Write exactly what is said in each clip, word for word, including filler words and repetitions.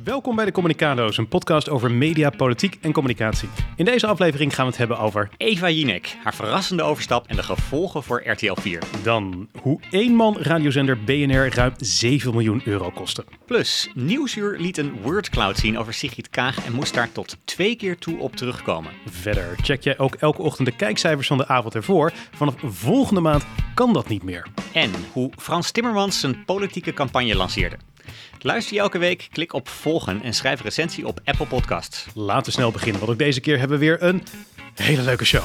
Welkom bij de Communicado's, een podcast over media, politiek en communicatie. In deze aflevering gaan we het hebben over Eva Jinek, haar verrassende overstap en de gevolgen voor R T L vier. Dan hoe eenman radiozender B N R ruim zeven miljoen euro kostte. Plus, Nieuwsuur liet een wordcloud zien over Sigrid Kaag en moest daar tot twee keer toe op terugkomen. Verder check jij ook elke ochtend de kijkcijfers van de avond ervoor. Vanaf volgende maand kan dat niet meer. En hoe Frans Timmermans zijn politieke campagne lanceerde. Luister je elke week, klik op volgen en schrijf een recensie op Apple Podcasts. Laten we snel beginnen, want ook deze keer hebben we weer een hele leuke show.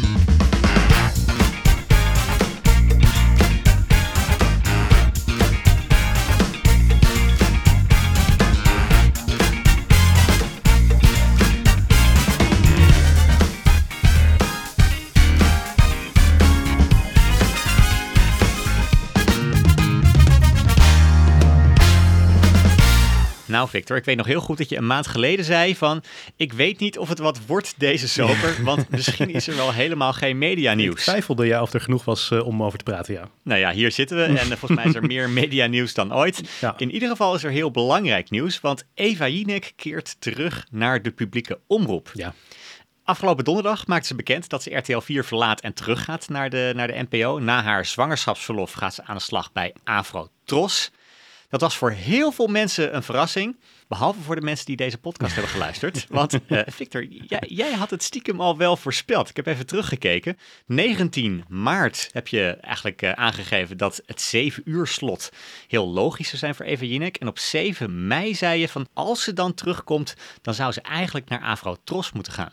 Nou Victor, ik weet nog heel goed dat je een maand geleden zei van... ik weet niet of het wat wordt deze zomer, want misschien is er wel helemaal geen medianieuws. Ik twijfelde ja of er genoeg was uh, om over te praten, ja. Nou ja, hier zitten we en uh, volgens mij is er meer medianieuws dan ooit. Ja. In ieder geval is er heel belangrijk nieuws, want Eva Jinek keert terug naar de publieke omroep. Ja. Afgelopen donderdag maakte ze bekend dat ze R T L vier verlaat en teruggaat naar de, naar de N P O. Na haar zwangerschapsverlof gaat ze aan de slag bij Afro-Tros. Dat was voor heel veel mensen een verrassing, behalve voor de mensen die deze podcast hebben geluisterd. Want uh, Victor, jij, jij had het stiekem al wel voorspeld. Ik heb even teruggekeken. negentien maart heb je eigenlijk uh, aangegeven dat het zeven uur slot heel logisch zou zijn voor Eva Jinek. En op zeven mei zei je van als ze dan terugkomt, dan zou ze eigenlijk naar Afro-Tros moeten gaan.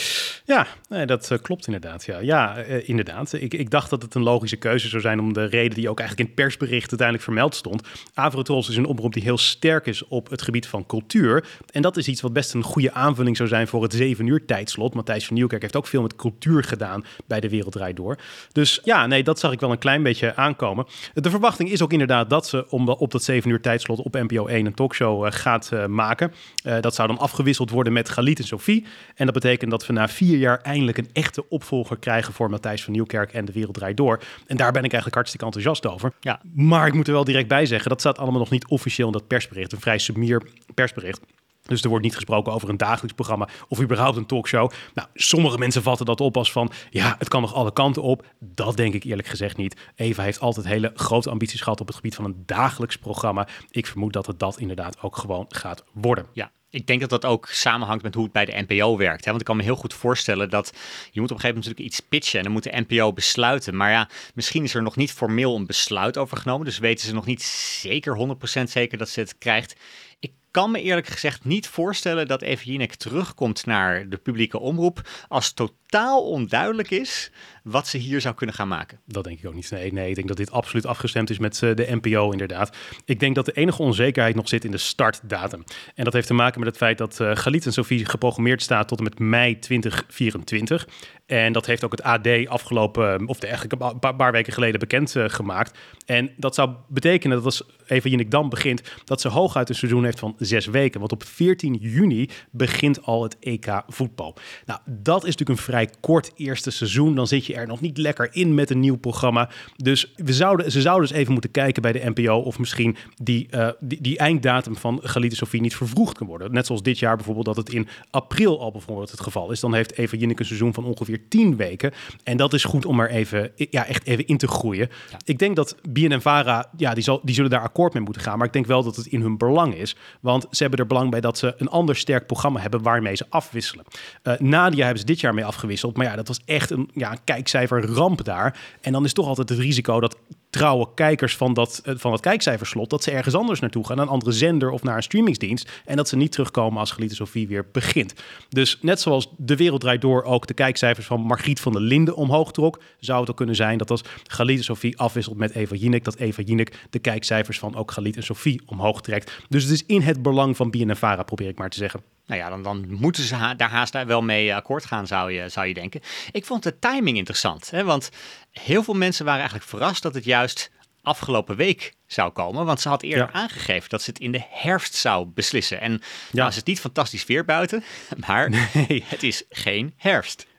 Ja, nee, dat uh, klopt inderdaad. Ja, ja uh, inderdaad. Ik, ik dacht dat het een logische keuze zou zijn om de reden die ook eigenlijk in het persbericht uiteindelijk vermeld stond. Afro-Tros is een omroep die heel sterk is op het gebied van cultuur. En dat is iets wat best een goede aanvulling zou zijn voor het zeven uur tijdslot. Matthijs van Nieuwkerk heeft ook veel met cultuur gedaan bij De Wereld Draait Door. Dus ja, nee, dat zag ik wel een klein beetje aankomen. De verwachting is ook inderdaad dat ze om, op dat zeven uur tijdslot op N P O één een talkshow uh, gaat uh, maken. Uh, dat zou dan afgewisseld worden met Galit en Sophie. En dat betekent dat we na vier jaar eindelijk een echte opvolger krijgen voor Matthijs van Nieuwkerk en De Wereld Draait Door. En daar ben ik eigenlijk hartstikke enthousiast over. Ja. Maar ik moet er wel direct bij zeggen, dat staat allemaal nog niet officieel in dat persbericht. Een vrij sumier persbericht. Dus er wordt niet gesproken over een dagelijks programma of überhaupt een talkshow. Nou, sommige mensen vatten dat op als van, ja, het kan nog alle kanten op. Dat denk ik eerlijk gezegd niet. Eva heeft altijd hele grote ambities gehad op het gebied van een dagelijks programma. Ik vermoed dat het dat inderdaad ook gewoon gaat worden. Ja. Ik denk dat dat ook samenhangt met hoe het bij de N P O werkt. Hè? Want ik kan me heel goed voorstellen dat je moet op een gegeven moment natuurlijk iets pitchen en dan moet de N P O besluiten. Maar ja, misschien is er nog niet formeel een besluit over genomen. Dus weten ze nog niet zeker, honderd procent zeker dat ze het krijgt. Ik kan me eerlijk gezegd niet voorstellen dat Eva Jinek terugkomt naar de publieke omroep als totaal onduidelijk is wat ze hier zou kunnen gaan maken. Dat denk ik ook niet. Nee, nee, ik denk dat dit absoluut afgestemd is met uh, de N P O inderdaad. Ik denk dat de enige onzekerheid nog zit in de startdatum. En dat heeft te maken met het feit dat uh, Galit en Sophie geprogrammeerd staat tot en met mei twintig vierentwintig. En dat heeft ook het A D afgelopen, of de, eigenlijk een paar, paar weken geleden bekend uh, gemaakt. En dat zou betekenen dat als Eva Jinek dan begint, dat ze hooguit een seizoen heeft van zes weken. Want op veertien juni begint al het E K voetbal. Nou, dat is natuurlijk een vrij kort eerste seizoen. Dan zit je er nog niet lekker in met een nieuw programma. Dus we zouden, ze zouden dus even moeten kijken bij de N P O of misschien die, uh, die, die einddatum van Galit en Sophie niet vervroegd kan worden. Net zoals dit jaar bijvoorbeeld dat het in april al bijvoorbeeld het geval is. Dan heeft Eva Jinek een seizoen van ongeveer tien weken. En dat is goed om er even, ja, echt even in te groeien. Ja. Ik denk dat B N N Vara, ja, die, zal, die zullen daar akkoord mee moeten gaan. Maar ik denk wel dat het in hun belang is. Want ze hebben er belang bij dat ze een ander sterk programma hebben waarmee ze afwisselen. Uh, Nadia hebben ze dit jaar mee afgewisseld. Maar ja, dat was echt een, ja, een kijkcijferramp daar. En dan is toch altijd het risico dat trouwe kijkers van dat, van dat kijkcijferslot, dat ze ergens anders naartoe gaan, naar een andere zender of naar een streamingsdienst. En dat ze niet terugkomen als Galit en Sophie weer begint. Dus net zoals De Wereld Draait Door ook de kijkcijfers van Margriet van der Linden omhoog trok, zou het ook kunnen zijn dat als Galit en Sophie afwisselt met Eva Jinek, dat Eva Jinek de kijkcijfers van ook Galit en Sophie omhoog trekt. Dus het is in het belang van B N N Vara, probeer ik maar te zeggen. Nou ja, dan, dan moeten ze ha- daar haast wel mee akkoord gaan, zou je, zou je denken. Ik vond de timing interessant, hè? Want heel veel mensen waren eigenlijk verrast dat het juist afgelopen week zou komen. Want ze had eerder ja. aangegeven dat ze het in de herfst zou beslissen. En ja. nou is het niet fantastisch weer buiten, maar nee. het is geen herfst.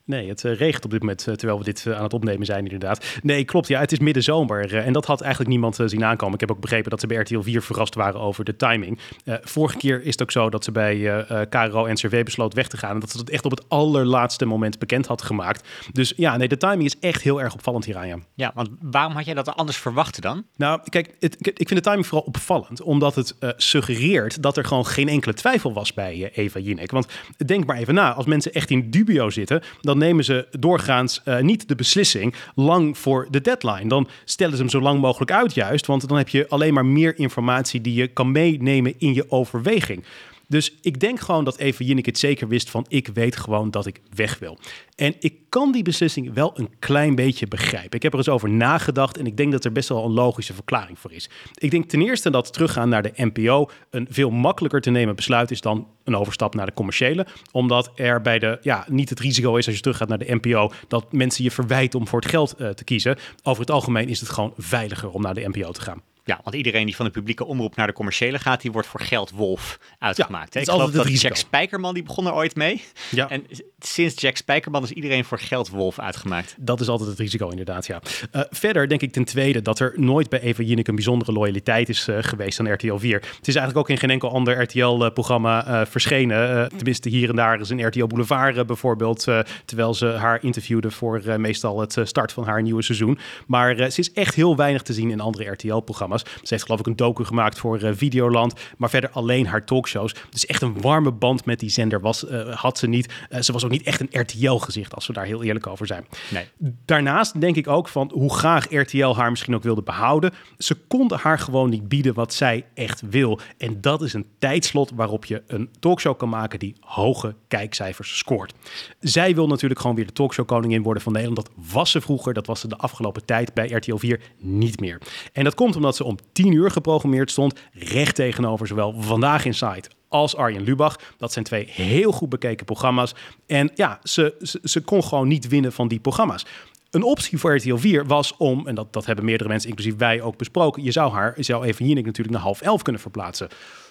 Nee, het uh, regent op dit moment, uh, terwijl we dit uh, aan het opnemen zijn inderdaad. Nee, klopt. Ja, het is middenzomer uh, en dat had eigenlijk niemand uh, zien aankomen. Ik heb ook begrepen dat ze bij R T L vier verrast waren over de timing. Uh, vorige keer is het ook zo dat ze bij uh, uh, K R O en N C R W besloot weg te gaan en dat ze het echt op het allerlaatste moment bekend had gemaakt. Dus ja, nee, de timing is echt heel erg opvallend hieraan, ja. Ja, want waarom had jij dat anders verwacht dan? Nou, kijk, het, ik vind de timing vooral opvallend, omdat het uh, suggereert dat er gewoon geen enkele twijfel was bij uh, Eva Jinek. Want denk maar even na, als mensen echt in dubio zitten, dan nemen ze doorgaans uh, niet de beslissing lang voor de deadline. Dan stellen ze hem zo lang mogelijk uit juist, want dan heb je alleen maar meer informatie die je kan meenemen in je overweging. Dus ik denk gewoon dat Eva Jinek het zeker wist van ik weet gewoon dat ik weg wil. En ik kan die beslissing wel een klein beetje begrijpen. Ik heb er eens over nagedacht en ik denk dat er best wel een logische verklaring voor is. Ik denk ten eerste dat teruggaan naar de N P O een veel makkelijker te nemen besluit is dan een overstap naar de commerciële. Omdat er bij de, ja, niet het risico is als je teruggaat naar de N P O dat mensen je verwijten om voor het geld uh, te kiezen. Over het algemeen is het gewoon veiliger om naar de N P O te gaan. Ja, want iedereen die van de publieke omroep naar de commerciële gaat, die wordt voor geld wolf uitgemaakt. Ja, ik geloof dat risico. Jack Spijkerman, die begon er ooit mee. Ja. En sinds Jack Spijkerman is iedereen voor geld wolf uitgemaakt. Dat is altijd het risico inderdaad, ja. Uh, verder denk ik ten tweede dat er nooit bij Eva Jinek een bijzondere loyaliteit is uh, geweest aan R T L vier. Het is eigenlijk ook in geen enkel ander R T L-programma uh, verschenen. Uh, tenminste, hier en daar is een R T L Boulevard uh, bijvoorbeeld, uh, terwijl ze haar interviewde voor uh, meestal het uh, start van haar nieuwe seizoen. Maar uh, ze is echt heel weinig te zien in andere R T L-programma's. Ze heeft geloof ik een docu gemaakt voor uh, Videoland, maar verder alleen haar talkshows. Dus echt een warme band met die zender was, uh, had ze niet. Uh, ze was ook niet echt een R T L-gezicht, als we daar heel eerlijk over zijn. Nee. Daarnaast denk ik ook van hoe graag R T L haar misschien ook wilde behouden. Ze konden haar gewoon niet bieden wat zij echt wil. En dat is een tijdslot waarop je een talkshow kan maken die hoge kijkcijfers scoort. Zij wil natuurlijk gewoon weer de talkshow-koningin worden van Nederland. Dat was ze vroeger, dat was ze de afgelopen tijd bij R T L vier niet meer. En dat komt omdat ze om tien uur geprogrammeerd stond, recht tegenover zowel Vandaag Inside als Arjen Lubach. Dat zijn twee heel goed bekeken programma's. En ja, ze, ze, ze kon gewoon niet winnen van die programma's. Een optie voor R T L vier was om, en dat, dat hebben meerdere mensen, inclusief wij, ook besproken, je zou haar, je zou Eva Jinek natuurlijk naar half elf kunnen verplaatsen.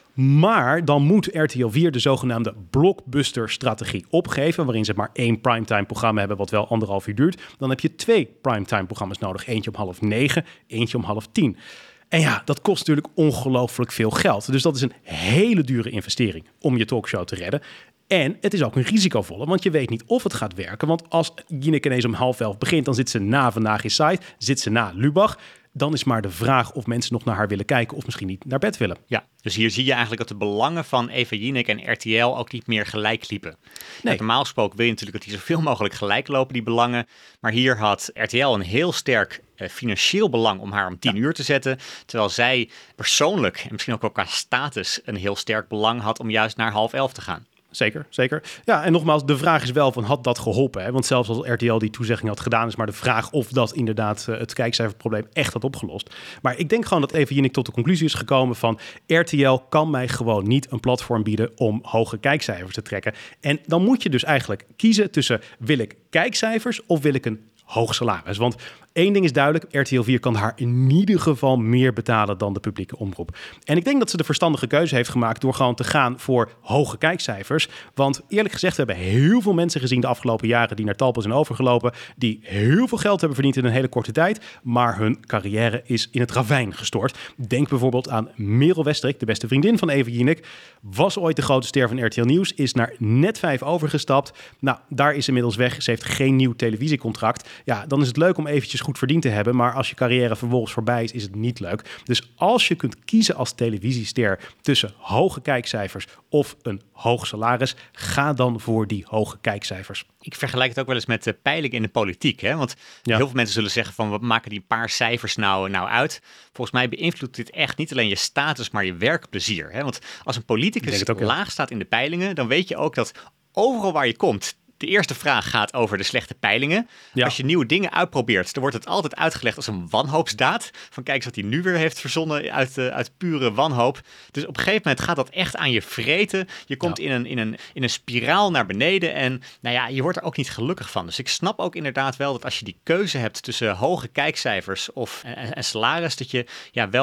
Maar dan moet R T L vier de zogenaamde blockbuster-strategie opgeven, waarin ze maar één primetime-programma hebben, wat wel anderhalf uur duurt. Dan heb je twee primetime-programma's nodig. Eentje om half negen, eentje om half tien. En ja, dat kost natuurlijk ongelooflijk veel geld. Dus dat is een hele dure investering om je talkshow te redden. En het is ook een risicovolle, want je weet niet of het gaat werken. Want als Jinek ineens om half elf begint, dan zit ze na Vandaag Inside, zit ze na Lubach. Dan is maar de vraag of mensen nog naar haar willen kijken of misschien niet naar bed willen. Ja, dus hier zie je eigenlijk dat de belangen van Eva Jinek en R T L ook niet meer gelijk liepen. Nee. Normaal gesproken wil je natuurlijk dat die zoveel mogelijk gelijk lopen, die belangen. Maar hier had R T L een heel sterk uh, financieel belang om haar om tien ja. uur te zetten. Terwijl zij persoonlijk en misschien ook wel qua status een heel sterk belang had om juist naar half elf te gaan. Zeker, zeker. Ja, en nogmaals, de vraag is wel van, had dat geholpen? Hè? Want zelfs als R T L die toezegging had gedaan, is maar de vraag of dat inderdaad uh, het kijkcijferprobleem echt had opgelost. Maar ik denk gewoon dat Eva Jinek tot de conclusie is gekomen van, R T L kan mij gewoon niet een platform bieden om hoge kijkcijfers te trekken. En dan moet je dus eigenlijk kiezen tussen, wil ik kijkcijfers of wil ik een hoog salaris? Want één ding is duidelijk, R T L vier kan haar in ieder geval meer betalen dan de publieke omroep. En ik denk dat ze de verstandige keuze heeft gemaakt door gewoon te gaan voor hoge kijkcijfers. Want eerlijk gezegd, we hebben heel veel mensen gezien de afgelopen jaren die naar Talpa zijn overgelopen, die heel veel geld hebben verdiend in een hele korte tijd, maar hun carrière is in het ravijn gestort. Denk bijvoorbeeld aan Merel Westrik, de beste vriendin van Eva Jinek, was ooit de grote ster van R T L Nieuws, is naar Net vijf overgestapt. Nou, daar is inmiddels weg. Ze heeft geen nieuw televisiecontract. Ja, dan is het leuk om eventjes goed verdiend te hebben, maar als je carrière vervolgens voorbij is, is het niet leuk. Dus als je kunt kiezen als televisiester tussen hoge kijkcijfers of een hoog salaris, ga dan voor die hoge kijkcijfers. Ik vergelijk het ook wel eens met de peilingen in de politiek, hè? Want ja. heel veel mensen zullen zeggen van, wat maken die paar cijfers nou, nou uit? Volgens mij beïnvloedt dit echt niet alleen je status, maar je werkplezier. Hè? Want als een politicus ook, laag ja. staat in de peilingen, dan weet je ook dat overal waar je komt, de eerste vraag gaat over de slechte peilingen. Ja. Als je nieuwe dingen uitprobeert, dan wordt het altijd uitgelegd als een wanhoopsdaad. Van kijk eens wat hij nu weer heeft verzonnen uit, uh, uit pure wanhoop. Dus op een gegeven moment gaat dat echt aan je vreten. Je komt ja. in, een, in, een, in een spiraal naar beneden en nou ja, je wordt er ook niet gelukkig van. Dus ik snap ook inderdaad wel dat als je die keuze hebt tussen hoge kijkcijfers of en, en salaris, dat je ja wel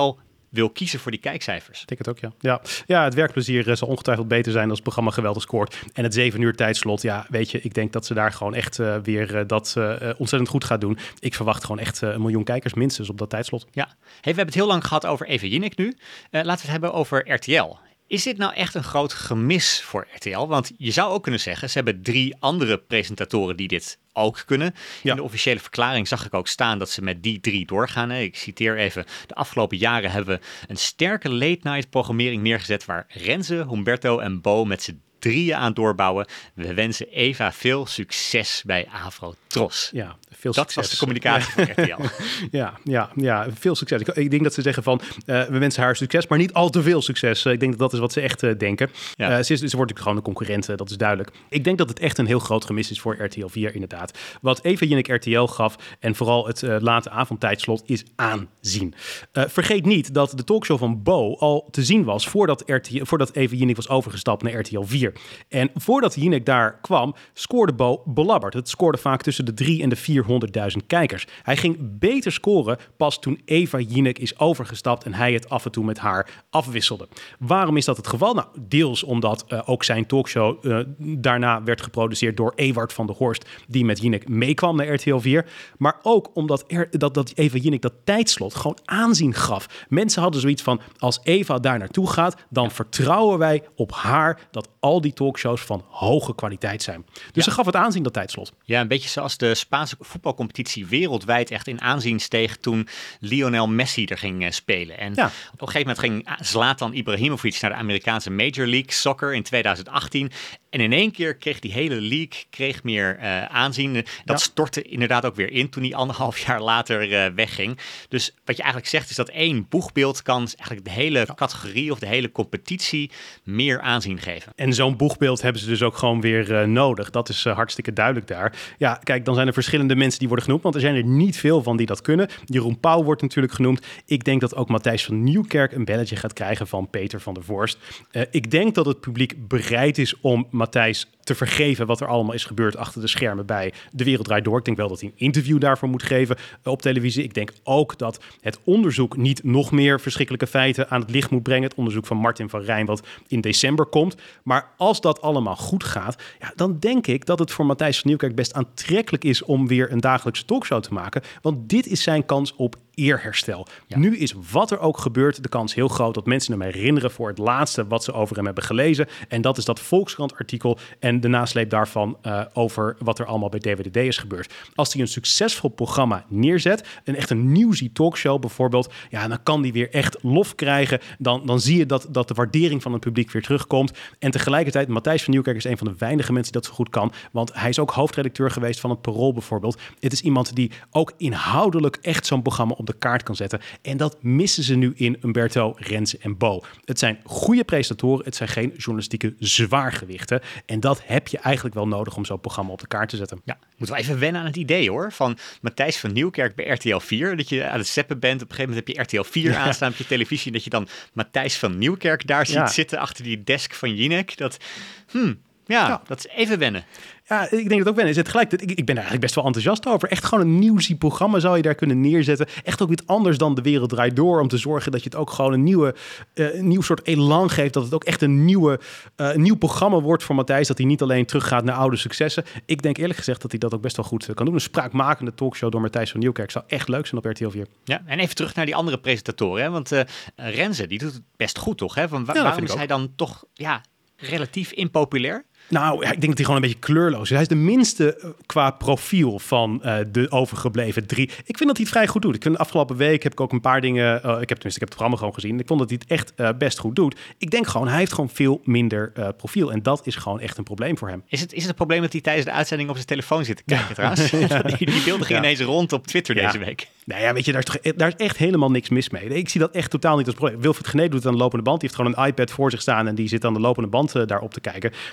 wil kiezen voor die kijkcijfers. Ik denk het ook, ja. Ja, ja het werkplezier uh, zal ongetwijfeld beter zijn als het programma geweldig scoort. En het zeven uur tijdslot, ja, weet je, ik denk dat ze daar gewoon echt uh, weer uh, dat uh, ontzettend goed gaat doen. Ik verwacht gewoon echt uh, een miljoen kijkers minstens op dat tijdslot. Ja, hey, we hebben het heel lang gehad over Eva Jinek nu. Uh, laten we het hebben over R T L. Is dit nou echt een groot gemis voor R T L? Want je zou ook kunnen zeggen, ze hebben drie andere presentatoren die dit ook kunnen. Ja. In de officiële verklaring zag ik ook staan dat ze met die drie doorgaan. Ik citeer even, de afgelopen jaren hebben we een sterke late-night programmering neergezet waar Renze, Humberto en Bo met z'n drieën aan doorbouwen. We wensen Eva veel succes bij Afro Tros. Ja, veel dat succes. was de communicatie ja. van R T L. ja, ja, ja, veel succes. Ik, ik denk dat ze zeggen van, uh, we wensen haar succes, maar niet al te veel succes. Uh, ik denk dat dat is wat ze echt uh, denken. Ja. Uh, ze, is, ze wordt natuurlijk gewoon een concurrent, uh, dat is duidelijk. Ik denk dat het echt een heel groot gemis is voor R T L vier inderdaad. Wat Eva Jinek R T L gaf en vooral het uh, late avondtijdslot is aanzien. Uh, vergeet niet dat de talkshow van Bo al te zien was voordat, R T L, voordat Eva Jinek was overgestapt naar R T L vier. En voordat Jinek daar kwam, scoorde Bo belabberd. Het scoorde vaak tussen de drie en de vierhonderdduizend kijkers. Hij ging beter scoren pas toen Eva Jinek is overgestapt en hij het af en toe met haar afwisselde. Waarom is dat het geval? Nou, deels omdat uh, ook zijn talkshow uh, daarna werd geproduceerd door Ewart van der Horst, die met Jinek meekwam naar R T L vier. Maar ook omdat er, dat, dat Eva Jinek dat tijdslot gewoon aanzien gaf. Mensen hadden zoiets van, als Eva daar naartoe gaat, dan ja. vertrouwen wij op haar dat al die talkshows van hoge kwaliteit zijn. Dus ja. ze gaf het aanzien, dat tijdslot. Ja, een beetje zoals de Spaanse voetbalcompetitie wereldwijd echt in aanzien steeg toen Lionel Messi er ging uh, spelen. En ja. op een gegeven moment ging Zlatan Ibrahimovic naar de Amerikaanse Major League Soccer in twintig achttien. En in één keer kreeg die hele league kreeg meer uh, aanzien. Dat ja. stortte inderdaad ook weer in toen hij anderhalf jaar later uh, wegging. Dus wat je eigenlijk zegt is dat één boegbeeld kan eigenlijk de hele ja. categorie of de hele competitie meer aanzien geven. En zo'n boegbeeld hebben ze dus ook gewoon weer uh, nodig. Dat is uh, hartstikke duidelijk daar. Ja, kijk, dan zijn er verschillende mensen die worden genoemd, want er zijn er niet veel van die dat kunnen. Jeroen Pauw wordt natuurlijk genoemd. Ik denk dat ook Matthijs van Nieuwkerk een belletje gaat krijgen van Peter van der Voorst. Uh, ik denk dat het publiek bereid is om Matthijs te vergeven wat er allemaal is gebeurd achter de schermen bij De Wereld Draait Door. Ik denk wel dat hij een interview daarvoor moet geven op televisie. Ik denk ook dat het onderzoek niet nog meer verschrikkelijke feiten aan het licht moet brengen. Het onderzoek van Martin van Rijn wat in december komt. Maar als dat allemaal goed gaat, ja, dan denk ik dat het voor Matthijs van Nieuwkerk best aantrekkelijk is om weer een dagelijkse talkshow te maken. Want dit is zijn kans op eerherstel. Ja. Nu is wat er ook gebeurt de kans heel groot dat mensen hem herinneren voor het laatste wat ze over hem hebben gelezen. En dat is dat Volkskrant-artikel en de nasleep daarvan uh, over wat er allemaal bij D W D D is gebeurd. Als hij een succesvol programma neerzet, een echt een newsy talkshow bijvoorbeeld, ja, dan kan die weer echt lof krijgen. Dan, dan zie je dat, dat de waardering van het publiek weer terugkomt. En tegelijkertijd, Matthijs van Nieuwkerk is een van de weinige mensen die dat zo goed kan, want hij is ook hoofdredacteur geweest van het Parool bijvoorbeeld. Het is iemand die ook inhoudelijk echt zo'n programma op de kaart kan zetten. En dat missen ze nu in Humberto, Renze en Bo. Het zijn goede presentatoren, het zijn geen journalistieke zwaargewichten. En dat heb je eigenlijk wel nodig om zo'n programma op de kaart te zetten. Ja, moeten we even wennen aan het idee hoor, van Matthijs van Nieuwkerk bij R T L vier. Dat je aan het zeppen bent, op een gegeven moment heb je R T L vier ja. aanstaan op je televisie. En dat je dan Matthijs van Nieuwkerk daar ziet ja. zitten achter die desk van Jinek. Dat, hmm, ja, ja, dat is even wennen. Ja, ik denk dat ook wel is. Het gelijk, ik, ik ben er eigenlijk best wel enthousiast over. Echt gewoon een nieuwsie programma zou je daar kunnen neerzetten. Echt ook iets anders dan De Wereld Draait Door. Om te zorgen dat je het ook gewoon een, nieuwe, uh, een nieuw soort elan geeft. Dat het ook echt een, nieuwe, uh, nieuw programma wordt voor Matthijs. Dat hij niet alleen teruggaat naar oude successen. Ik denk eerlijk gezegd dat hij dat ook best wel goed kan doen. Een spraakmakende talkshow door Matthijs van Nieuwkerk zou echt leuk zijn op R T L vier. Ja, en even terug naar die andere presentatoren. Hè? Want uh, Renze, die doet het best goed toch? Hè? Van, wa- ja, waarom is hij dan toch ja, relatief impopulair? Nou, ja, ik denk dat hij gewoon een beetje kleurloos is. Hij is de minste qua profiel van uh, de overgebleven drie. Ik vind dat hij het vrij goed doet. Ik vind de afgelopen week heb ik ook een paar dingen... Uh, ik heb tenminste, ik heb het programma gewoon gezien. Ik vond dat hij het echt uh, best goed doet. Ik denk gewoon, hij heeft gewoon veel minder uh, profiel. En dat is gewoon echt een probleem voor hem. Is het, is het een probleem dat hij tijdens de uitzending op zijn telefoon zit te kijken ja. trouwens? Ja. die, die beelden gingen ja. ineens rond op Twitter ja. deze week. Nou ja, weet je, daar is, toch, daar is echt helemaal niks mis mee. Ik zie dat echt totaal niet als probleem. Wilfried Genee doet het aan de lopende band. Die heeft gewoon een iPad voor zich staan en die zit aan de lopende band uh, daarop te kijken. Weet je, het is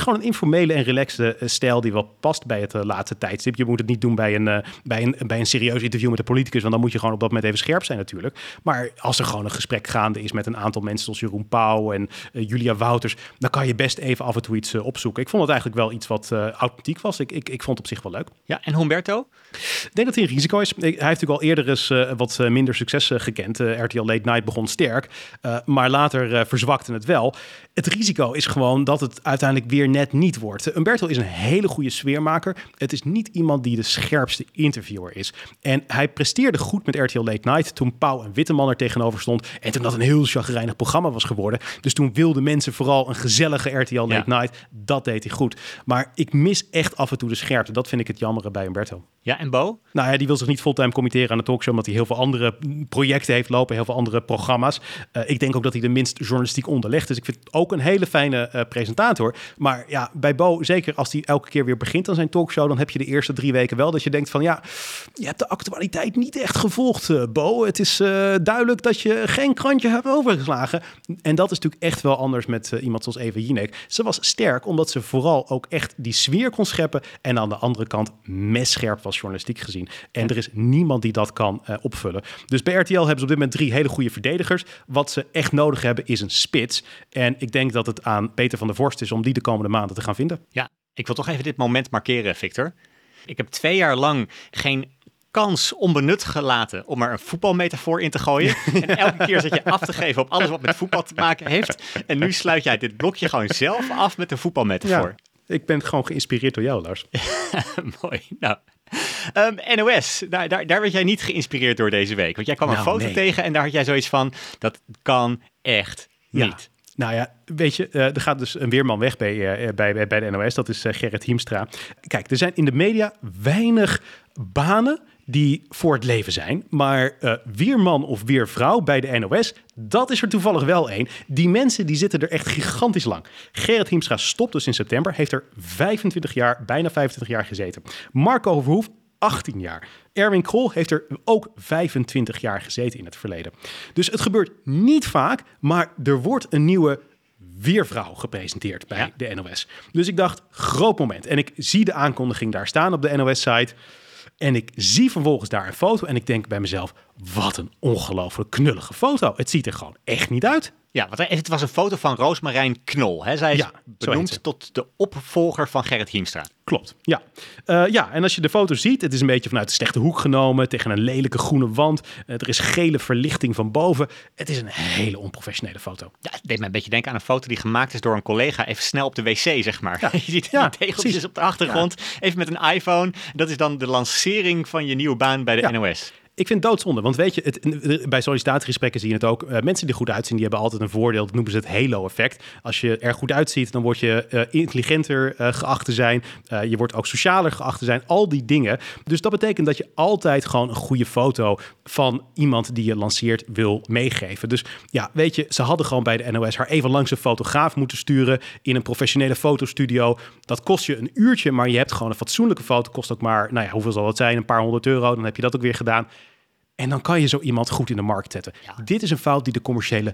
gewoon een informele en relaxte uh, stijl die wel past bij het uh, laatste tijdstip. Je moet het niet doen bij een, uh, bij, een, bij een serieus interview met een politicus, want dan moet je gewoon op dat moment even scherp zijn natuurlijk. Maar als er gewoon een gesprek gaande is met een aantal mensen zoals Jeroen Pauw en uh, Julia Wouters, dan kan je best even af en toe iets uh, opzoeken. Ik vond het eigenlijk wel iets wat uh, authentiek was. Ik, ik, ik vond het op zich wel leuk. Ja, en Humberto? Ik denk dat hij een risico is. Hij heeft natuurlijk al eerder eens uh, wat uh, minder succes uh, gekend. Uh, R T L Late Night begon sterk, uh, maar later uh, verzwakte het wel. Het risico is gewoon dat het uiteindelijk weer net niet wordt. Uh, Humberto is een hele goede sfeermaker. Het is niet iemand die de scherpste interviewer is. En hij presteerde goed met R T L Late Night toen Pauw en Witteman er tegenover stond. En toen dat een heel chagrijnig programma was geworden. Dus toen wilden mensen vooral een gezellige R T L Late ja. Night. Dat deed hij goed. Maar ik mis echt af en toe de scherpte. Dat vind ik het jammere bij Humberto. Ja, en Bo? Nou ja, die wil zich niet fulltime committeren aan de talkshow, omdat hij heel veel andere projecten heeft lopen, heel veel andere programma's. Uh, ik denk ook dat hij de minst journalistiek onderlegt. Dus ik vind het ook een hele fijne uh, presentator. Maar ja, bij Bo, zeker als hij elke keer weer begint aan zijn talkshow, dan heb je de eerste drie weken wel dat je denkt van ja, je hebt de actualiteit niet echt gevolgd, uh, Bo. Het is uh, duidelijk dat je geen krantje hebt overgeslagen. En dat is natuurlijk echt wel anders met uh, iemand zoals Eva Jinek. Ze was sterk omdat ze vooral ook echt die sfeer kon scheppen en aan de andere kant messcherp was journalistiek gezien. En er is niemand die dat kan uh, opvullen. Dus bij R T L hebben ze op dit moment drie hele goede verdedigers. Wat ze echt nodig hebben is een spits. En ik denk dat het aan Peter van der Vorst is om die de komende maanden te gaan vinden. Ja, ik wil toch even dit moment markeren, Victor. Ik heb twee jaar lang geen kans onbenut gelaten om er een voetbalmetafoor in te gooien. En elke keer zit je af te geven op alles wat met voetbal te maken heeft. En nu sluit jij dit blokje gewoon zelf af met een voetbalmetafoor. Ja, ik ben gewoon geïnspireerd door jou, Lars. Mooi, nou... Um, N O S, daar, daar, daar werd jij niet geïnspireerd door deze week. Want jij kwam nou, een foto nee. tegen en daar had jij zoiets van, dat kan echt niet. Ja. Nou ja, weet je, uh, er gaat dus een weerman weg bij, uh, bij, bij, bij de N O S. Dat is uh, Gerrit Hiemstra. Kijk, er zijn in de media weinig banen die voor het leven zijn. Maar uh, weerman of weervrouw bij de N O S, dat is er toevallig wel één. Die mensen die zitten er echt gigantisch lang. Gerrit Hiemstra stopt dus in september. Heeft er vijfentwintig jaar, bijna vijfentwintig jaar gezeten. Marco Verhoef, achttien jaar. Erwin Krol heeft er ook vijfentwintig jaar gezeten in het verleden. Dus het gebeurt niet vaak, maar er wordt een nieuwe weervrouw gepresenteerd bij ja. de N O S. Dus ik dacht, groot moment. En ik zie de aankondiging daar staan op de N O S-site. En ik zie vervolgens daar een foto en ik denk bij mezelf, wat een ongelooflijk knullige foto. Het ziet er gewoon echt niet uit. Ja, want het was een foto van Roosmarijn Knol. Hè? Zij is ja, benoemd tot de opvolger van Gerrit Hiemstra. Klopt, ja. Uh, ja, en als je de foto ziet, het is een beetje vanuit de slechte hoek genomen, tegen een lelijke groene wand. Uh, er is gele verlichting van boven. Het is een hele onprofessionele foto. Ja, het deed me een beetje denken aan een foto die gemaakt is door een collega even snel op de wc, zeg maar. Ja. Je ziet ja, die tegeltjes precies. op de achtergrond, ja. even met een iPhone. Dat is dan de lancering van je nieuwe baan bij de ja. N O S. Ik vind het doodzonde, want weet je, het, bij sollicitatiegesprekken zie je het ook. Uh, mensen die er goed uitzien, die hebben altijd een voordeel. Dat noemen ze het halo-effect. Als je er goed uitziet, dan word je uh, intelligenter uh, geacht te zijn. Uh, je wordt ook socialer geacht te zijn. Al die dingen. Dus dat betekent dat je altijd gewoon een goede foto van iemand die je lanceert wil meegeven. Dus ja, weet je, ze hadden gewoon bij de N O S haar even langs een fotograaf moeten sturen in een professionele fotostudio. Dat kost je een uurtje, maar je hebt gewoon een fatsoenlijke foto. Kost ook maar, nou ja, hoeveel zal dat zijn? Een paar honderd euro. Dan heb je dat ook weer gedaan. En dan kan je zo iemand goed in de markt zetten. Ja. Dit is een fout die de commerciële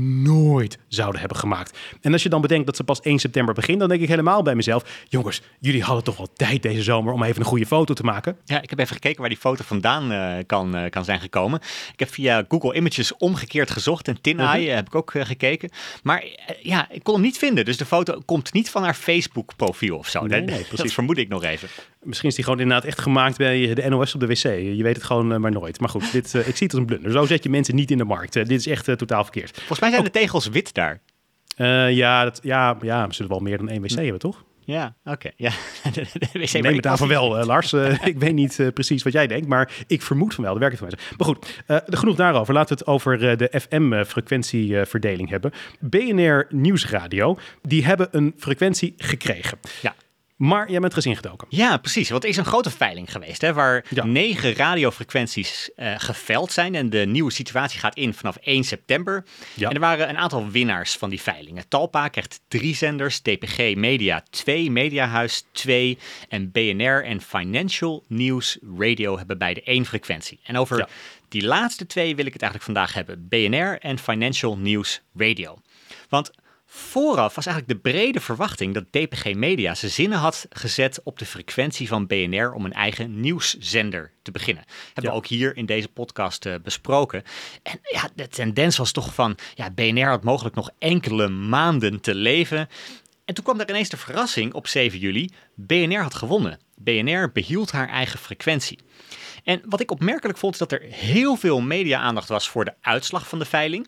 nooit zouden hebben gemaakt. En als je dan bedenkt dat ze pas één september begint, dan denk ik helemaal bij mezelf, jongens, jullie hadden toch wel tijd deze zomer om even een goede foto te maken? Ja, ik heb even gekeken waar die foto vandaan uh, kan, uh, kan zijn gekomen. Ik heb via Google Images omgekeerd gezocht en TinEye uh-huh. heb ik ook uh, gekeken. Maar uh, ja, ik kon hem niet vinden. Dus de foto komt niet van haar Facebook profiel of zo. Nee, dat, nee, dat vermoed ik nog even. Misschien is die gewoon inderdaad echt gemaakt bij de N O S op de wc. Je weet het gewoon uh, maar nooit. Maar goed, dit, uh, ik zie het als een blunder. Zo zet je mensen niet in de markt. Uh, dit is echt uh, totaal verkeerd. Volgens mij zijn de tegels wit daar. Uh, ja, dat, ja, ja, we zullen wel meer dan één wc hm. hebben, toch? Ja, oké. Okay, ja. de, de wc Neem het aan van wel, uh, Lars. Uh, ik weet niet uh, precies wat jij denkt, maar ik vermoed van wel. Dat werkt van mensen. Maar goed, uh, genoeg daarover. Laten we het over uh, de F M-frequentieverdeling uh, hebben. B N R Nieuwsradio, die hebben een frequentie gekregen. Ja. Maar jij bent er eens ingedoken. Ja, precies. Want er is een grote veiling geweest, hè, waar ja. negen radiofrequenties uh, geveild zijn. En de nieuwe situatie gaat in vanaf één september. Ja. En er waren een aantal winnaars van die veilingen. Talpa krijgt drie zenders, T P G Media twee, Mediahuis twee en B N R en Financial News Radio hebben beide één frequentie. En over ja. die laatste twee wil ik het eigenlijk vandaag hebben. B N R en Financial News Radio. Want Vooraf was eigenlijk de brede verwachting dat D P G Media zijn zinnen had gezet op de frequentie van B N R om een eigen nieuwszender te beginnen. Hebben Ja. we ook hier in deze podcast uh, besproken. En ja, de tendens was toch van, ja, B N R had mogelijk nog enkele maanden te leven. En toen kwam daar ineens de verrassing op zeven juli. B N R had gewonnen. B N R behield haar eigen frequentie. En wat ik opmerkelijk vond, is dat er heel veel media-aandacht was voor de uitslag van de veiling.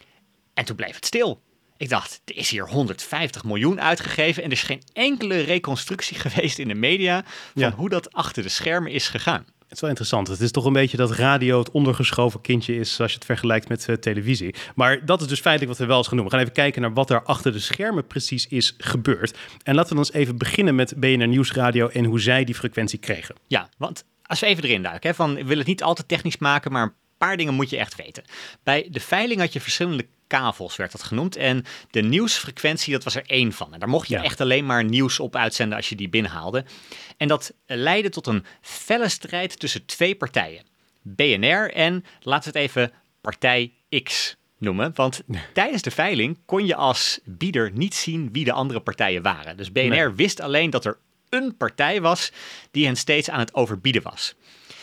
En toen bleef het stil. Ik dacht, er is hier honderdvijftig miljoen uitgegeven en er is geen enkele reconstructie geweest in de media van Ja. hoe dat achter de schermen is gegaan. Het is wel interessant. Het is toch een beetje dat radio het ondergeschoven kindje is als je het vergelijkt met uh, televisie. Maar dat is dus feitelijk wat we wel eens gaan doen. We gaan even kijken naar wat er achter de schermen precies is gebeurd. En laten we dan eens even beginnen met B N R Nieuwsradio en hoe zij die frequentie kregen. Ja, want als we even erin duiken, hè, van, we willen het niet altijd technisch maken, maar een paar dingen moet je echt weten. Bij de veiling had je verschillende kavels, werd dat genoemd. En de nieuwsfrequentie, dat was er één van. En daar mocht je Ja. echt alleen maar nieuws op uitzenden als je die binnenhaalde. En dat leidde tot een felle strijd tussen twee partijen. B N R en, laten we het even, partij X noemen. Want tijdens de veiling kon je als bieder niet zien wie de andere partijen waren. Dus B N R Nee. wist alleen dat er een partij was die hen steeds aan het overbieden was.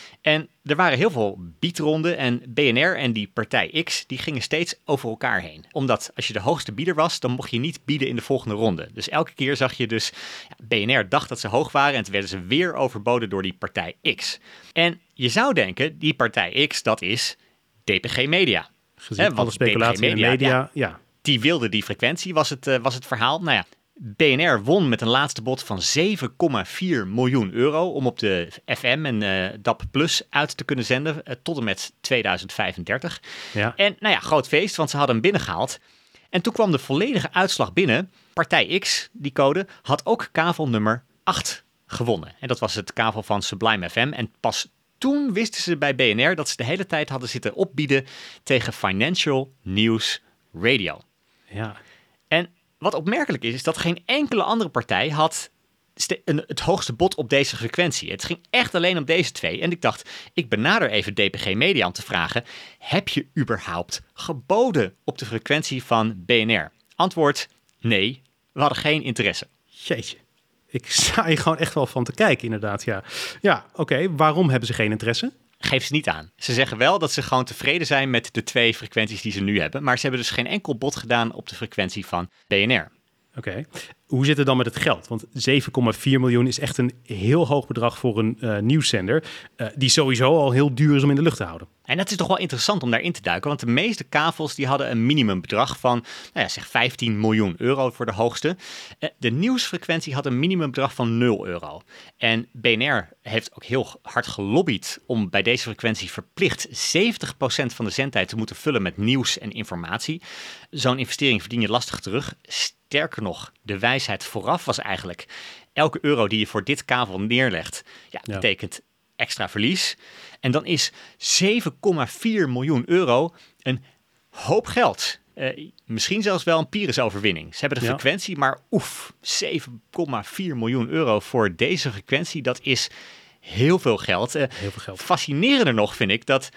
En er waren heel veel biedronden en B N R en die partij X, die gingen steeds over elkaar heen. Omdat als je de hoogste bieder was, dan mocht je niet bieden in de volgende ronde. Dus elke keer zag je dus, ja, B N R dacht dat ze hoog waren en toen werden ze weer overboden door die partij X. En je zou denken, die partij X, dat is D P G Media. Gezien Hè, want alle speculatie D P G in de Media, media. Ja. Die wilde die frequentie, was het, uh, was het verhaal. Nou ja, B N R won met een laatste bod van zeven komma vier miljoen euro om op de F M en uh, D A B Plus uit te kunnen zenden uh, tot en met tweeduizend vijfendertig. Ja. En nou ja, groot feest, want ze hadden hem binnengehaald. En toen kwam de volledige uitslag binnen. Partij X, die code, had ook kavel nummer acht gewonnen. En dat was het kavel van Sublime F M. En pas toen wisten ze bij B N R dat ze de hele tijd hadden zitten opbieden tegen Financial News Radio. Ja. En wat opmerkelijk is, is dat geen enkele andere partij had ste- een, het hoogste bod op deze frequentie. Het ging echt alleen om deze twee. En ik dacht, ik benader even D P G Media om te vragen, heb je überhaupt geboden op de frequentie van B N R? Antwoord, nee, we hadden geen interesse. Jeetje. Ik sta hier gewoon echt wel van te kijken, inderdaad. Ja, ja oké. Okay. Waarom hebben ze geen interesse? Geef ze niet aan. Ze zeggen wel dat ze gewoon tevreden zijn met de twee frequenties die ze nu hebben. Maar ze hebben dus geen enkel bod gedaan op de frequentie van B N R. Oké. Okay. Hoe zit het dan met het geld? Want zeven komma vier miljoen is echt een heel hoog bedrag voor een uh, nieuwszender. Uh, die sowieso al heel duur is om in de lucht te houden. En dat is toch wel interessant om daarin te duiken. Want de meeste kavels die hadden een minimumbedrag van, nou ja, zeg vijftien miljoen euro voor de hoogste. Uh, de nieuwsfrequentie had een minimumbedrag van nul euro. En B N R heeft ook heel hard gelobbyd om bij deze frequentie verplicht zeventig procent van de zendtijd te moeten vullen met nieuws en informatie. Zo'n investering verdien je lastig terug. Sterker nog, de wijsheid vooraf was eigenlijk, elke euro die je voor dit kavel neerlegt, ja, Ja. betekent extra verlies. En dan is zeven komma vier miljoen euro een hoop geld. Uh, misschien zelfs wel een Pyrrhus-overwinning. Ze hebben de Ja. frequentie, maar oef, zeven komma vier miljoen euro voor deze frequentie, dat is heel veel geld. Uh, Heel veel geld. Fascinerender nog vind ik dat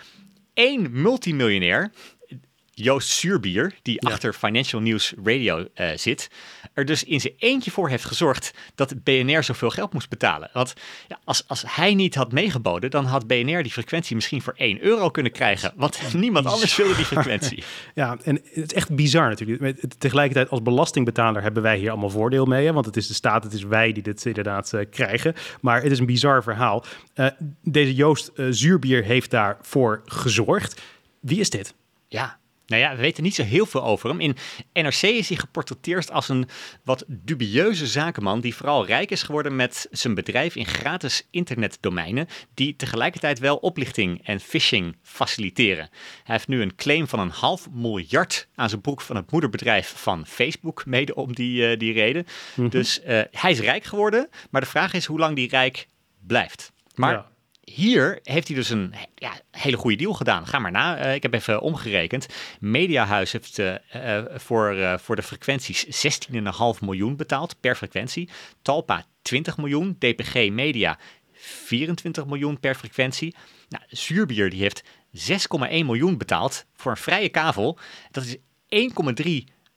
één multimiljonair, Joost Zuurbier, die Ja. achter Financial News Radio uh, zit, er dus in zijn eentje voor heeft gezorgd dat B N R zoveel geld moest betalen. Want ja, als, als hij niet had meegeboden, dan had B N R die frequentie misschien voor één euro kunnen krijgen. Want niemand anders wilde die frequentie. Ja, en het is echt bizar natuurlijk. Met- Tegelijkertijd als belastingbetaler hebben wij hier allemaal voordeel mee. Hè? Want het is de staat, het is wij die dit inderdaad uh, krijgen. Maar het is een bizar verhaal. Uh, deze Joost uh, Zuurbier heeft daarvoor gezorgd. Wie is dit? Ja. Nou ja, we weten niet zo heel veel over hem. In N R C is hij geportretteerd als een wat dubieuze zakenman die vooral rijk is geworden met zijn bedrijf in gratis internetdomeinen die tegelijkertijd wel oplichting en phishing faciliteren. Hij heeft nu een claim van een half miljard aan zijn broek van het moederbedrijf van Facebook, mede om die, uh, die reden. Mm-hmm. Dus uh, hij is rijk geworden, maar de vraag is hoe lang die rijk blijft. Maar Ja. hier heeft hij dus een ja, hele goede deal gedaan. Ga maar na. Uh, ik heb even omgerekend. Mediahuis heeft uh, uh, voor, uh, voor de frequenties zestien komma vijf miljoen betaald per frequentie. Talpa twintig miljoen. D P G Media vierentwintig miljoen per frequentie. Nou, Zuurbier die heeft zes komma één miljoen betaald voor een vrije kavel. Dat is één komma drie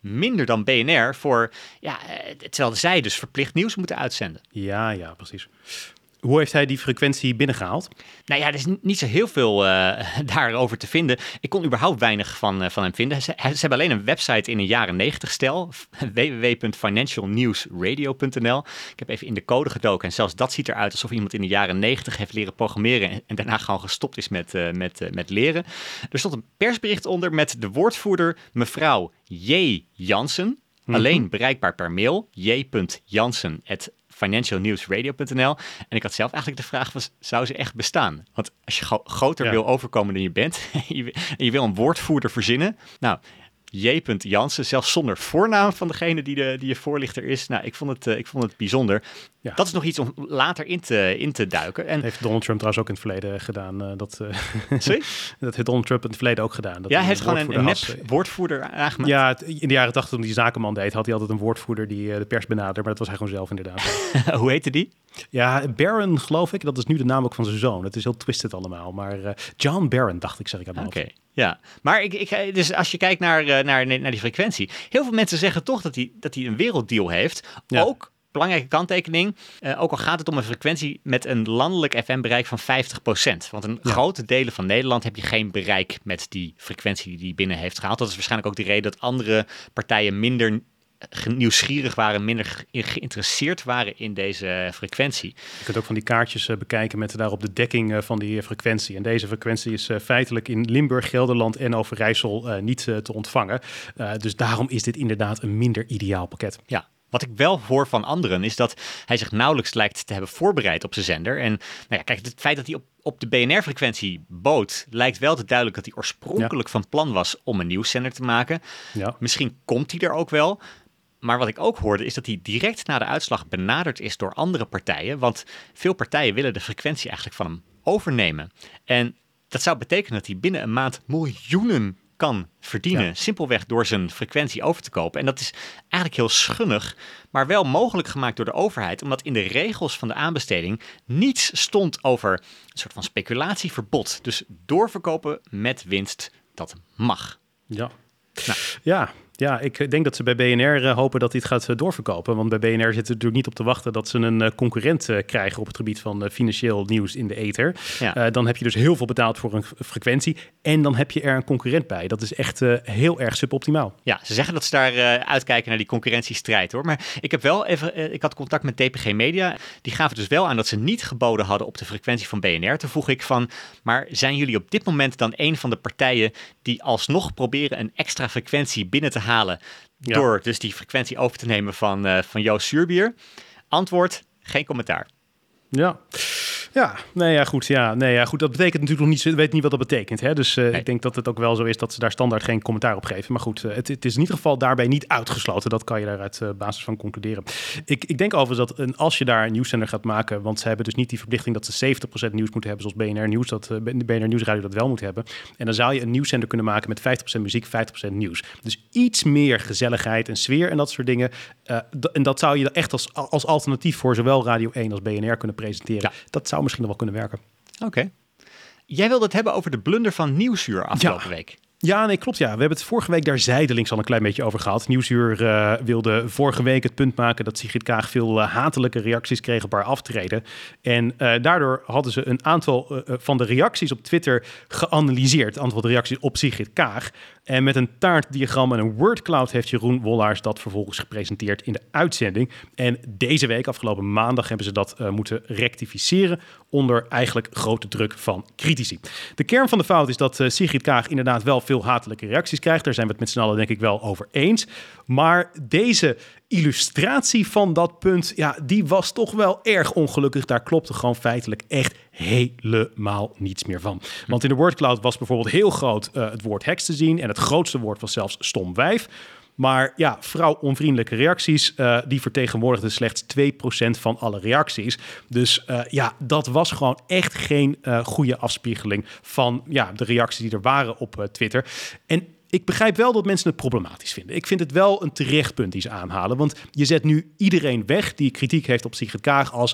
minder dan B N R voor, ja, terwijl zij dus verplicht nieuws moeten uitzenden. Ja, ja, precies. Hoe heeft hij die frequentie binnengehaald? Nou ja, er is niet zo heel veel uh, daarover te vinden. Ik kon überhaupt weinig van, uh, van hem vinden. Ze, ze hebben alleen een website in een jaren negentig stijl. w w w punt financial news radio punt n l. Ik heb even in de code gedoken. En zelfs dat ziet eruit alsof iemand in de jaren negentig heeft leren programmeren. En, en daarna gewoon gestopt is met, uh, met, uh, met leren. Er stond een persbericht onder met de woordvoerder mevrouw J. Jansen. Mm-hmm. Alleen bereikbaar per mail. j punt jansen at financial news radio punt n l. En ik had zelf eigenlijk de vraag, was, zou ze echt bestaan? Want als je gro- groter ja. wil overkomen dan je bent en je, en je wil een woordvoerder verzinnen, nou, J. Jansen, zelfs zonder voornaam van degene die, de, die je voorlichter is. Nou, ik vond het, uh, ik vond het bijzonder. Ja. Dat is nog iets om later in te, in te duiken. En heeft Donald Trump trouwens ook in het verleden gedaan. Uh, dat, uh, Sorry? dat heeft Donald Trump in het verleden ook gedaan. Dat ja, hij heeft gewoon een, een nep woordvoerder aangemaakt. Ja, het, in de jaren tachtig toen hij zakenman deed, had hij altijd een woordvoerder die uh, de pers benaderde. Maar dat was hij gewoon zelf inderdaad. Hoe heette die? Ja, Barron geloof ik. Dat is nu de naam ook van zijn zoon. Het is heel twisted allemaal. Maar uh, John Barron dacht ik, zeg ik aan mijn Oké. Okay. Ja, maar ik, ik, dus als je kijkt naar, naar, naar die frequentie, heel veel mensen zeggen toch dat hij, dat hij een werelddeal heeft. Ja. Ook, belangrijke kanttekening, uh, ook al gaat het om een frequentie met een landelijk F M-bereik van vijftig procent. Want in ja. grote delen van Nederland heb je geen bereik met die frequentie die hij binnen heeft gehaald. Dat is waarschijnlijk ook de reden dat andere partijen minder nieuwsgierig waren, minder ge- geïnteresseerd waren in deze frequentie. Je kunt ook van die kaartjes uh, bekijken met daarop de dekking uh, van die uh, frequentie. En deze frequentie is uh, feitelijk in Limburg, Gelderland en Overijssel uh, niet uh, te ontvangen. Uh, dus daarom is dit inderdaad een minder ideaal pakket. Ja. Wat ik wel hoor van anderen is dat hij zich nauwelijks lijkt te hebben voorbereid op zijn zender. En nou ja, kijk, het feit dat hij op, op de B N R-frequentie bood, lijkt wel te duidelijk dat hij oorspronkelijk ja. van plan was om een nieuwszender te maken. Ja. Misschien komt hij er ook wel. Maar wat ik ook hoorde is dat hij direct na de uitslag benaderd is door andere partijen. Want veel partijen willen de frequentie eigenlijk van hem overnemen. En dat zou betekenen dat hij binnen een maand miljoenen kan verdienen. Ja. Simpelweg door zijn frequentie over te kopen. En dat is eigenlijk heel schunnig, maar wel mogelijk gemaakt door de overheid. Omdat in de regels van de aanbesteding niets stond over een soort van speculatieverbod. Dus doorverkopen met winst, dat mag. Ja. Nou. Ja. Ja, ik denk dat ze bij B N R uh, hopen dat dit gaat uh, doorverkopen. Want bij B N R zitten ze natuurlijk niet op te wachten dat ze een uh, concurrent uh, krijgen op het gebied van uh, financieel nieuws in de ether. Ja. Uh, dan heb je dus heel veel betaald voor een f- frequentie en dan heb je er een concurrent bij. Dat is echt uh, heel erg suboptimaal. Ja, ze zeggen dat ze daar uh, uitkijken naar die concurrentiestrijd hoor. Maar ik heb wel even, uh, ik had contact met T P G Media. Die gaven dus wel aan dat ze niet geboden hadden op de frequentie van B N R. Toen vroeg ik van, maar zijn jullie op dit moment dan een van de partijen die alsnog proberen een extra frequentie binnen te halen ja. door dus die frequentie over te nemen van, uh, van Joost Zuurbier? Antwoord, geen commentaar. Ja. Ja, nee, ja, goed. Ja, nee, ja, goed. Dat betekent natuurlijk nog niet. Ze weet niet wat dat betekent. Hè? Dus uh, nee. ik denk dat het ook wel zo is dat ze daar standaard geen commentaar op geven. Maar goed, uh, het, het is in ieder geval daarbij niet uitgesloten. Dat kan je daar uit uh, basis van concluderen. Ik, ik denk overigens dat een, als je daar een nieuwszender gaat maken, want ze hebben dus niet die verplichting dat ze zeventig procent nieuws moeten hebben, zoals B N R Nieuws, dat uh, B N R Nieuwsradio dat wel moet hebben. En dan zou je een nieuwszender kunnen maken met vijftig procent muziek, vijftig procent nieuws. Dus iets meer gezelligheid en sfeer en dat soort dingen. Uh, d- en dat zou je echt als, als alternatief voor zowel Radio één als B N R kunnen presenteren. Ja. Dat zou misschien nog wel kunnen werken. Oké. Okay. Jij wilde het hebben over de blunder van Nieuwsuur afgelopen ja. week. Ja, nee, klopt. Ja. We hebben het vorige week daar zijdelings al een klein beetje over gehad. Nieuwsuur uh, wilde vorige week het punt maken dat Sigrid Kaag veel uh, hatelijke reacties kreeg op haar aftreden. En uh, daardoor hadden ze een aantal uh, van de reacties op Twitter geanalyseerd. Een aantal reacties op Sigrid Kaag. En met een taartdiagram en een wordcloud heeft Jeroen Wollaars dat vervolgens gepresenteerd in de uitzending. En deze week, afgelopen maandag, hebben ze dat uh, moeten rectificeren onder eigenlijk grote druk van critici. De kern van de fout is dat uh, Sigrid Kaag inderdaad wel veel hatelijke reacties krijgt. Daar zijn we het met z'n allen denk ik wel over eens. Maar deze illustratie van dat punt, ja, die was toch wel erg ongelukkig. Daar klopte gewoon feitelijk echt helemaal niets meer van. Want in de wordcloud was bijvoorbeeld heel groot uh, het woord heks te zien en het grootste woord was zelfs stom wijf. Maar ja, vrouw-onvriendelijke reacties, uh, die vertegenwoordigden slechts twee procent van alle reacties. Dus uh, ja, dat was gewoon echt geen uh, goede afspiegeling van ja, de reacties die er waren op uh, Twitter. En ik begrijp wel dat mensen het problematisch vinden. Ik vind het wel een terecht punt die ze aanhalen. Want je zet nu iedereen weg die kritiek heeft op Sigrid Kaag als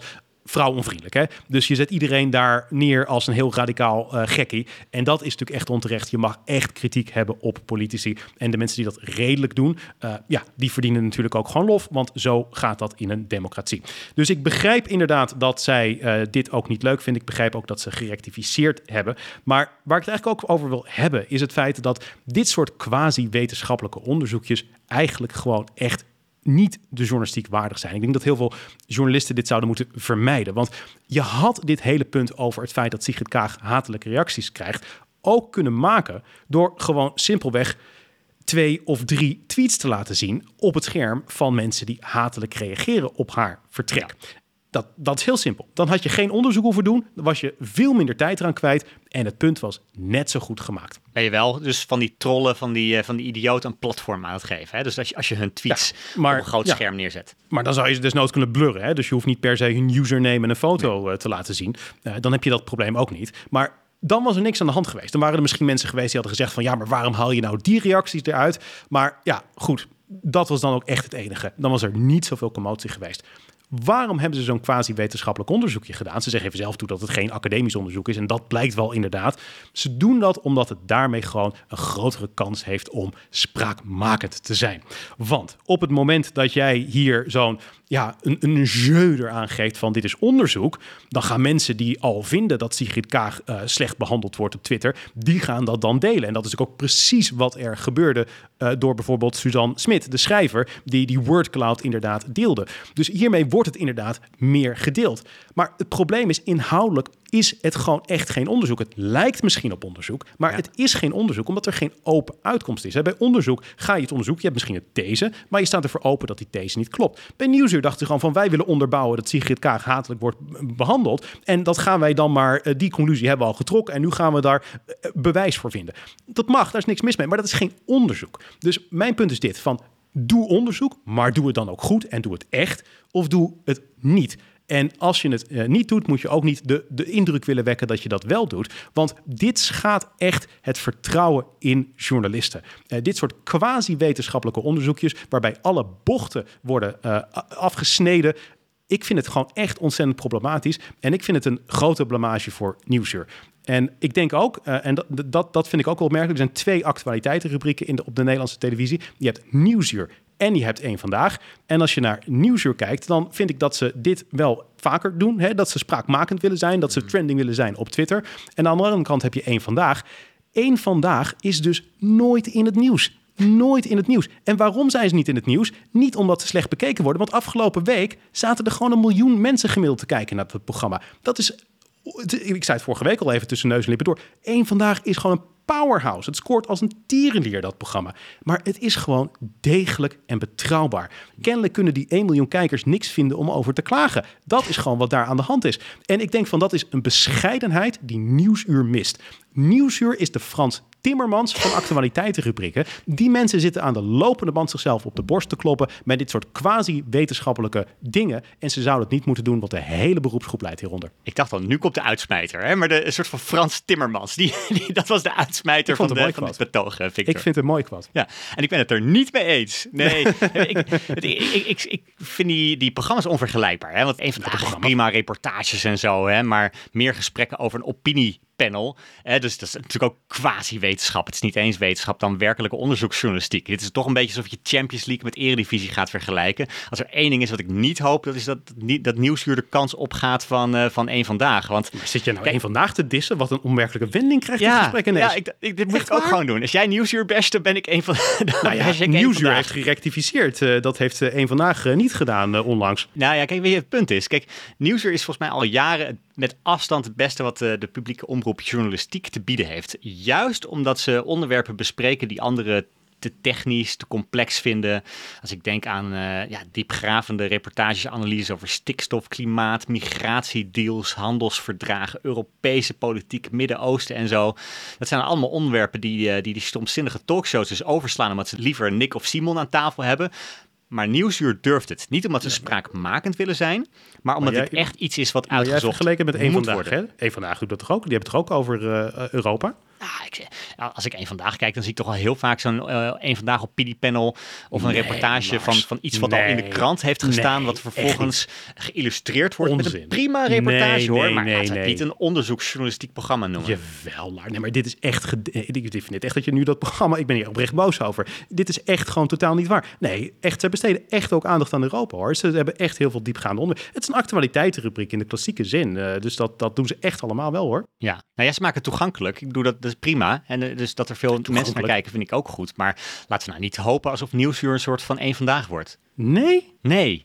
vrouwonvriendelijk. Hè? Dus je zet iedereen daar neer als een heel radicaal uh, gekkie. En dat is natuurlijk echt onterecht. Je mag echt kritiek hebben op politici. En de mensen die dat redelijk doen, uh, ja, die verdienen natuurlijk ook gewoon lof. Want zo gaat dat in een democratie. Dus ik begrijp inderdaad dat zij uh, dit ook niet leuk vinden. Ik begrijp ook dat ze gerectificeerd hebben. Maar waar ik het eigenlijk ook over wil hebben, is het feit dat dit soort quasi-wetenschappelijke onderzoekjes eigenlijk gewoon echt niet de journalistiek waardig zijn. Ik denk dat heel veel journalisten dit zouden moeten vermijden. Want je had dit hele punt over het feit dat Sigrid Kaag hatelijke reacties krijgt ook kunnen maken door gewoon simpelweg twee of drie tweets te laten zien op het scherm van mensen die hatelijk reageren op haar vertrek. Ja. Dat, dat is heel simpel. Dan had je geen onderzoek hoeven doen. Dan was je veel minder tijd eraan kwijt. En het punt was net zo goed gemaakt. Ben je wel dus van die trollen, van die, van die idioten een platform aan het geven. Hè? Dus als je, als je hun tweets ja, maar, op een groot ja, scherm neerzet. Maar dan zou je ze desnoods kunnen blurren. Hè? Dus je hoeft niet per se hun username en een foto nee. uh, te laten zien. Uh, dan heb je dat probleem ook niet. Maar dan was er niks aan de hand geweest. Dan waren er misschien mensen geweest die hadden gezegd van ja, maar waarom haal je nou die reacties eruit? Maar ja, goed. Dat was dan ook echt het enige. Dan was er niet zoveel commotie geweest. Waarom hebben ze zo'n quasi-wetenschappelijk onderzoekje gedaan? Ze zeggen even zelf toe dat het geen academisch onderzoek is. En dat blijkt wel inderdaad. Ze doen dat omdat het daarmee gewoon een grotere kans heeft om spraakmakend te zijn. Want op het moment dat jij hier zo'n ja, een, een jeu eraan geeft van dit is onderzoek, dan gaan mensen die al vinden dat Sigrid Kaag uh, slecht behandeld wordt op Twitter, die gaan dat dan delen. En dat is ook precies wat er gebeurde uh, door bijvoorbeeld Suzanne Smit, de schrijver, die die wordcloud inderdaad deelde. Dus hiermee wordt het inderdaad meer gedeeld. Maar het probleem is inhoudelijk is het gewoon echt geen onderzoek. Het lijkt misschien op onderzoek, maar ja. het is geen onderzoek omdat er geen open uitkomst is. Bij onderzoek ga je het onderzoeken, je hebt misschien een these, maar je staat ervoor open dat die these niet klopt. Bij Nieuwsuur dachten ze gewoon van wij willen onderbouwen dat Sigrid Kaag hatelijk wordt behandeld en dat gaan wij dan maar, die conclusie hebben we al getrokken en nu gaan we daar bewijs voor vinden. Dat mag, daar is niks mis mee, maar dat is geen onderzoek. Dus mijn punt is dit, van doe onderzoek, maar doe het dan ook goed en doe het echt of doe het niet. En als je het uh, niet doet, moet je ook niet de, de indruk willen wekken dat je dat wel doet. Want dit schaadt echt het vertrouwen in journalisten. Uh, dit soort quasi-wetenschappelijke onderzoekjes, waarbij alle bochten worden uh, afgesneden. Ik vind het gewoon echt ontzettend problematisch. En ik vind het een grote blamage voor Nieuwsuur. En ik denk ook, uh, en dat, dat, dat vind ik ook wel opmerkelijk, er zijn twee actualiteitenrubrieken in de, op de Nederlandse televisie. Je hebt Nieuwsuur en je hebt Eén Vandaag. En als je naar Nieuwsuur kijkt, dan vind ik dat ze dit wel vaker doen. Hè? Dat ze spraakmakend willen zijn, dat ze trending willen zijn op Twitter. En aan de andere kant heb je Eén Vandaag. Eén Vandaag is dus nooit in het nieuws. Nooit in het nieuws. En waarom zijn ze niet in het nieuws? Niet omdat ze slecht bekeken worden. Want afgelopen week zaten er gewoon een miljoen mensen gemiddeld te kijken naar het programma. Dat is, ik zei het vorige week al even tussen neus en lippen door. Eén Vandaag is gewoon een powerhouse. Het scoort als een tierenlier, dat programma. Maar het is gewoon degelijk en betrouwbaar. Kennelijk kunnen die één miljoen kijkers niks vinden om over te klagen. Dat is gewoon wat daar aan de hand is. En ik denk van dat is een bescheidenheid die Nieuwsuur mist. Nieuwsuur is de Frans Timmermans van actualiteitenrubrieken. Die mensen zitten aan de lopende band zichzelf op de borst te kloppen met dit soort quasi-wetenschappelijke dingen. En ze zouden het niet moeten doen, want de hele beroepsgroep leidt hieronder. Ik dacht al, nu komt de uitsmijter. Hè? Maar de een soort van Frans Timmermans, die, die, dat was de uitsmijter van, de, van het betoog, Victor. Ik vind het een mooi kwad. Ja, en ik ben het er niet mee eens. Nee, ik, ik, ik, ik, ik vind die, die programma's onvergelijkbaar. Hè? Want Eén Vandaag, prima reportages en zo, hè? Maar meer gesprekken over een opinie panel. Eh, dus dat is natuurlijk ook quasi-wetenschap. Het is niet eens wetenschap, dan werkelijke onderzoeksjournalistiek. Dit is toch een beetje alsof je Champions League met Eredivisie gaat vergelijken. Als er één ding is wat ik niet hoop, dat is dat, dat Nieuwsuur de kans opgaat van, uh, van Eén Vandaag. Want, maar zit je nou kijk, Eén Vandaag te dissen? Wat een onmerkelijke wending krijgt ja, dit gesprek ineens. Ja, ik, ik, dit moet ik ook gewoon doen. Als jij Nieuwsuur best, dan ben ik Eén van nou ja, Nieuwsuur heeft gerectificeerd. Uh, dat heeft uh, Eén Vandaag uh, niet gedaan uh, onlangs. Nou ja, kijk, weet je, het punt is. Kijk, Nieuwsuur is volgens mij al jaren met afstand het beste wat uh, de publieke omroep journalistiek te bieden heeft. Juist omdat ze onderwerpen bespreken die anderen te technisch, te complex vinden. Als ik denk aan uh, ja, diepgravende reportages, analyses over stikstof, klimaat, migratiedeals, handelsverdragen, Europese politiek, Midden-Oosten en zo. Dat zijn allemaal onderwerpen die uh, die, die stomzinnige talkshows dus overslaan, omdat ze liever Nick of Simon aan tafel hebben. Maar Nieuwsuur durft het. Niet omdat ze spraakmakend willen zijn, maar omdat maar jij, het echt iets is wat uitgezocht moet worden. Maar jij vergeleken met Eén Vandaag, worden. hè? Eén Vandaag doet dat toch ook? Die hebben het toch ook over uh, Europa? Nou, ik, als ik één Vandaag kijk, dan zie ik toch al heel vaak zo'n uh, één Vandaag op P D Panel of een nee, reportage Lars, van, van iets wat nee, al in de krant heeft gestaan, nee, wat vervolgens geïllustreerd wordt Onzin. Met een prima reportage nee, hoor, nee, maar nee, laten we nee. niet een onderzoeksjournalistiek programma noemen. Jawel, Lars. Nee, maar dit is echt, ged- ik vind het echt dat je nu dat programma, ik ben hier oprecht boos over. Dit is echt gewoon totaal niet waar. Nee, echt, ze besteden echt ook aandacht aan Europa hoor. Ze hebben echt heel veel diepgaande onder. Het is een actualiteitenrubriek in de klassieke zin, uh, dus dat, dat doen ze echt allemaal wel hoor. Ja, nou ja, ze maken het toegankelijk. Ik bedoel, dat, dat is prima. En uh, dus dat er veel mensen naar kijken, vind ik ook goed. Maar laten we nou niet hopen alsof Nieuwsuur een soort van één Vandaag wordt. Nee? Nee.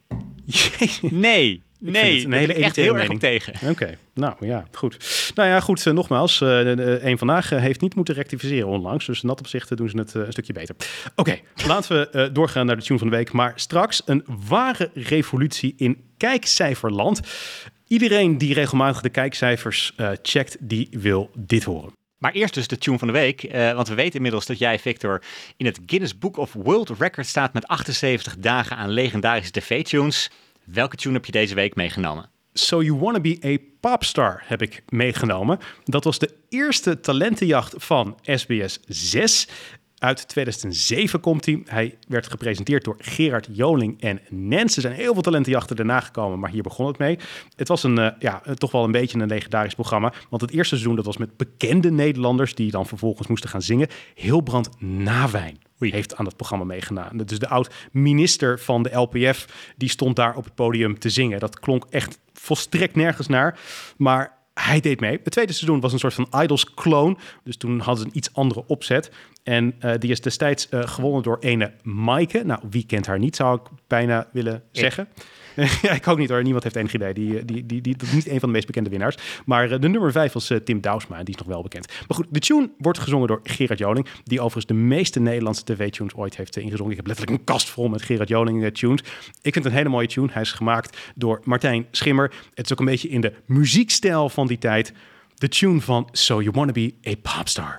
nee. Nee, een hele echt heel erg op tegen. Oké, okay. nou ja, goed. Nou ja, goed, uh, nogmaals, uh, één Vandaag uh, heeft niet moeten rectificeren onlangs. Dus in dat opzicht doen ze het uh, een stukje beter. Oké, okay, laten we uh, doorgaan naar de tune van de week. Maar straks een ware revolutie in kijkcijferland. Iedereen die regelmatig de kijkcijfers uh, checkt, die wil dit horen. Maar eerst dus de tune van de week. Uh, want we weten inmiddels dat jij, Victor, in het Guinness Book of World Records staat met achtenzeventig dagen aan legendarische tv-tunes. Welke tune heb je deze week meegenomen? So You Wanna Be a Popstar heb ik meegenomen. Dat was de eerste talentenjacht van S B S zes. Uit tweeduizend zeven komt hij. Hij werd gepresenteerd door Gerard Joling en Nens. Er zijn heel veel talentenjachten daarna gekomen, maar hier begon het mee. Het was een, uh, ja, toch wel een beetje een legendarisch programma. Want het eerste seizoen dat was met bekende Nederlanders die dan vervolgens moesten gaan zingen. Hilbrand Nawijn heeft aan het programma meegedaan. Dus de oud-minister van de L P F, die stond daar op het podium te zingen. Dat klonk echt volstrekt nergens naar, maar hij deed mee. Het tweede seizoen was een soort van Idols-clone. Dus toen hadden ze een iets andere opzet. En uh, die is destijds uh, gewonnen door ene Maaike. Nou, wie kent haar niet, zou ik bijna willen zeggen. Ja, ik ook niet hoor. Niemand heeft enig idee. Die, die, die, die, dat is niet een van de meest bekende winnaars. Maar uh, de nummer vijf was uh, Tim Douwsma. Die is nog wel bekend. Maar goed, de tune wordt gezongen door Gerard Joling. Die overigens de meeste Nederlandse tv-tunes ooit heeft uh, ingezongen. Ik heb letterlijk een kast vol met Gerard Joling uh, tunes. Ik vind het een hele mooie tune. Hij is gemaakt door Martijn Schimmer. Het is ook een beetje in de muziekstijl van die tijd. De tune van So You Wanna Be a Popstar.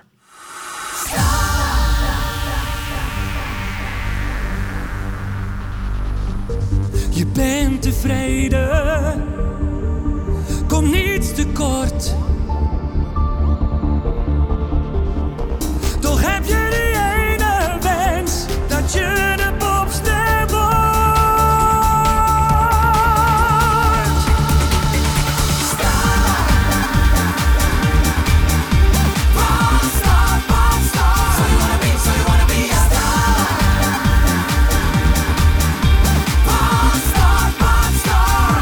Je bent tevreden, komt niets tekort. Toch heb je die ene wens, dat je de popster wordt. Popstar, popstar, so you wanna be, so you wanna be a star. Popstar, popstar,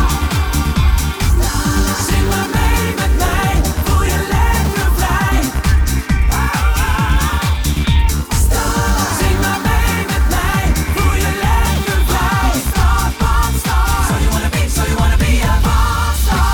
zing maar mee met mij, voel je lekker vrij. Zing maar mee met mij, voel je lekker vrij. Popstar, popstar, so you wanna be, so you wanna be a popstar.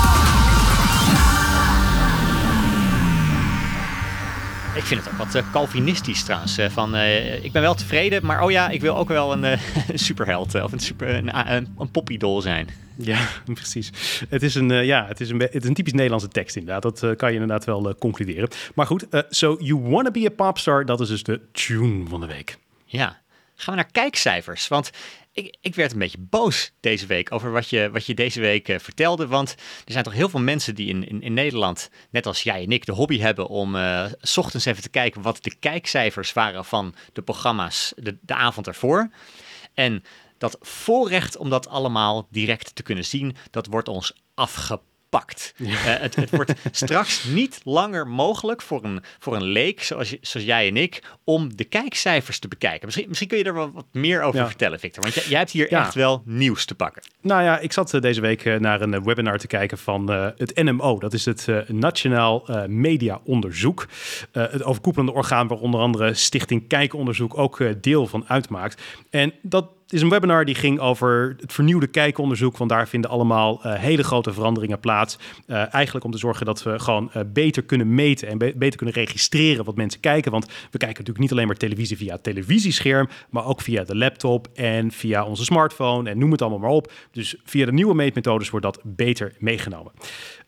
Ik vind het ook wat uh, Calvinistisch trouwens. Uh, van, uh, ik ben wel tevreden, maar oh ja, ik wil ook wel een uh, superheld uh, of een, super, een, een, een popidool zijn. Ja, precies. Het is een, uh, ja, het is een, het is een typisch Nederlandse tekst inderdaad. Dat uh, kan je inderdaad wel uh, concluderen. Maar goed, uh, So You Wanna Be a Popstar, dat is dus de tune van de week. Ja, gaan we naar kijkcijfers. Want ik, ik werd een beetje boos deze week over wat je, wat je deze week uh, vertelde. Want er zijn toch heel veel mensen die in, in, in Nederland, net als jij en ik, de hobby hebben om uh, 's ochtends even te kijken wat de kijkcijfers waren van de programma's de, de avond ervoor. En dat voorrecht om dat allemaal direct te kunnen zien, dat wordt ons afgepakt. Ja. Uh, het, het wordt straks niet langer mogelijk voor een, voor een leek zoals, je, zoals jij en ik om de kijkcijfers te bekijken. Misschien, misschien kun je er wel wat meer over ja. vertellen, Victor. Want jij, jij hebt hier ja. echt wel nieuws te pakken. Nou ja, ik zat uh, deze week uh, naar een uh, webinar te kijken van uh, het N M O. Dat is het uh, Nationaal uh, Media Onderzoek. Uh, het overkoepelende orgaan waar onder andere Stichting Kijkonderzoek ook uh, deel van uitmaakt. En dat is een webinar die ging over het vernieuwde kijkonderzoek. Want daar vinden allemaal uh, hele grote veranderingen plaats. Uh, eigenlijk om te zorgen dat we gewoon uh, beter kunnen meten en be- beter kunnen registreren wat mensen kijken. Want we kijken natuurlijk niet alleen maar televisie via het televisiescherm, maar ook via de laptop en via onze smartphone en noem het allemaal maar op. Dus via de nieuwe meetmethodes wordt dat beter meegenomen.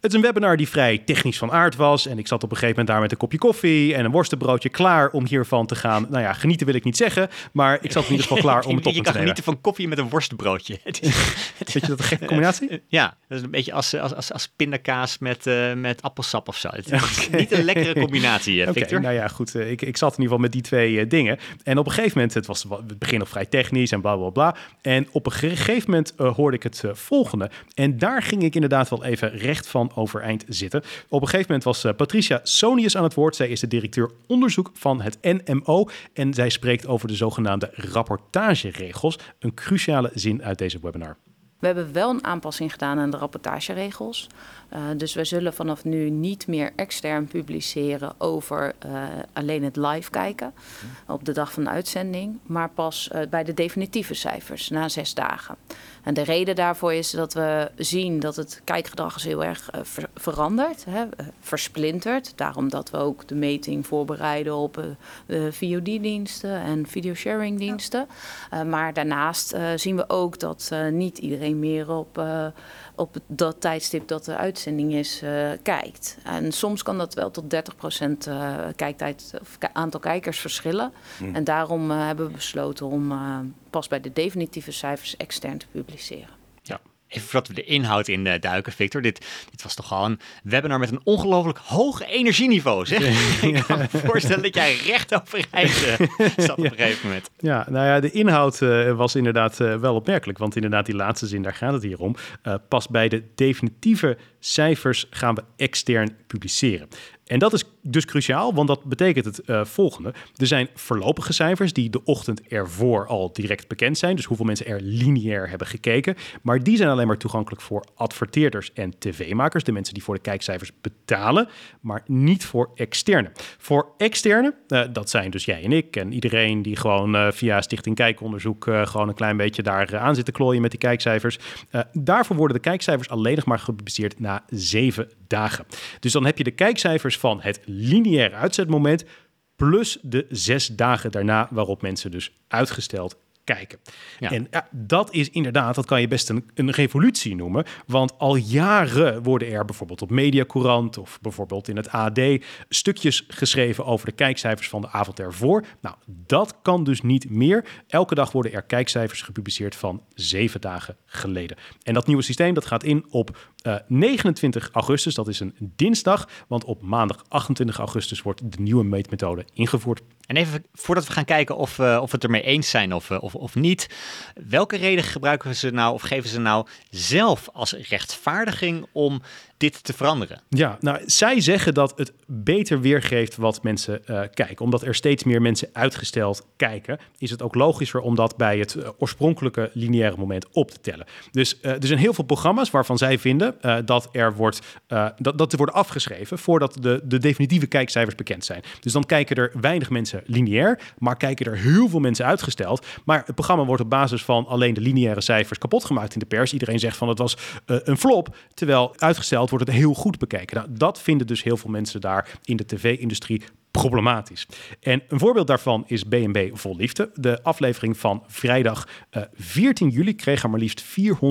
Het is een webinar die vrij technisch van aard was. En ik zat op een gegeven moment daar met een kopje koffie en een worstenbroodje klaar om hiervan te gaan. Nou ja, genieten wil ik niet zeggen, maar ik zat in ieder geval klaar om het op te Je nemen. kan genieten van koffie met een worstenbroodje. Het is, het is, Vind je dat een gekke combinatie? Ja, dat is een beetje als, als, als, als pindakaas met, uh, met appelsap of zo. Het is okay. Niet een lekkere combinatie, uh, Victor. Okay, nou ja, goed. Uh, ik, ik zat in ieder geval met die twee uh, dingen. En op een gegeven moment, het was het begin nog vrij technisch en bla bla bla. En op een gegeven moment uh, hoorde ik het uh, volgende. En daar ging ik inderdaad wel even recht van overeind zitten. Op een gegeven moment was uh, Patricia Sonius aan het woord. Zij is de directeur onderzoek van het N M O. En zij spreekt over de zogenaamde rapportageregels. Een cruciale zin uit deze webinar. We hebben wel een aanpassing gedaan aan de rapportageregels. Uh, dus we zullen vanaf nu niet meer extern publiceren over uh, alleen het live kijken op de dag van de uitzending, maar pas uh, bij de definitieve cijfers na zes dagen. En de reden daarvoor is dat we zien dat het kijkgedrag is heel erg uh, ver- veranderd, hè, uh, versplinterd. Daarom dat we ook de meting voorbereiden op uh, uh, V O D-diensten en videosharing-diensten. Ja. Uh, maar daarnaast uh, zien we ook dat uh, niet iedereen meer op, uh, op dat tijdstip dat de uitzending is uh, kijkt. En soms kan dat wel tot dertig procent uh, kijktijd of k- aantal kijkers verschillen. Mm. En daarom uh, hebben we besloten om uh, pas bij de definitieve cijfers extern te publiceren. Ja. Even voordat we de inhoud in uh, duiken, Victor. Dit, dit was toch al een webinar met een ongelooflijk hoog energieniveau, zeg. Ja. Ik kan me voorstellen dat jij recht overeind uh, zat op een gegeven moment. Ja, nou ja, de inhoud uh, was inderdaad uh, wel opmerkelijk. Want inderdaad, die laatste zin, daar gaat het hier om. Uh, pas bij de definitieve cijfers gaan we extern publiceren. En dat is dus cruciaal, want dat betekent het uh, volgende. Er zijn voorlopige cijfers die de ochtend ervoor al direct bekend zijn. Dus hoeveel mensen er lineair hebben gekeken. Maar die zijn alleen maar toegankelijk voor adverteerders en tv-makers. De mensen die voor de kijkcijfers betalen, maar niet voor externe. Voor externe, uh, dat zijn dus jij en ik en iedereen die gewoon uh, via Stichting Kijkonderzoek uh, gewoon een klein beetje daar uh, aan zit te klooien met die kijkcijfers. Uh, daarvoor worden de kijkcijfers alleen nog maar gepubliceerd na zeven dagen. Dus dan heb je de kijkcijfers van het lineaire uitzetmoment plus de zes dagen daarna waarop mensen dus uitgesteld kijken. Ja. En ja, dat is inderdaad, dat kan je best een, een revolutie noemen. Want al jaren worden er bijvoorbeeld op Mediacourant of bijvoorbeeld in het A D stukjes geschreven over de kijkcijfers van de avond ervoor. Nou, dat kan dus niet meer. Elke dag worden er kijkcijfers gepubliceerd van zeven dagen geleden. En dat nieuwe systeem dat gaat in op uh, negenentwintig augustus. Dat is een dinsdag, want op maandag achtentwintig augustus wordt de nieuwe meetmethode ingevoerd. En even voordat we gaan kijken of, uh, of we het ermee eens zijn of, uh, of, of niet. Welke reden gebruiken ze nou of geven ze nou zelf als rechtvaardiging om dit te veranderen? Ja, nou, zij zeggen dat het beter weergeeft wat mensen uh, kijken. Omdat er steeds meer mensen uitgesteld kijken, is het ook logischer om dat bij het uh, oorspronkelijke lineaire moment op te tellen. Dus uh, er zijn heel veel programma's waarvan zij vinden uh, dat er wordt, uh, dat, dat er worden afgeschreven voordat de, de definitieve kijkcijfers bekend zijn. Dus dan kijken er weinig mensen lineair, maar kijken er heel veel mensen uitgesteld. Maar het programma wordt op basis van alleen de lineaire cijfers kapot gemaakt in de pers. Iedereen zegt van het was uh, een flop, terwijl uitgesteld wordt het heel goed bekeken. Nou, dat vinden dus heel veel mensen daar in de tv-industrie problematisch. En een voorbeeld daarvan is B en B Vol Liefde. De aflevering van vrijdag uh, veertien juli kreeg er maar liefst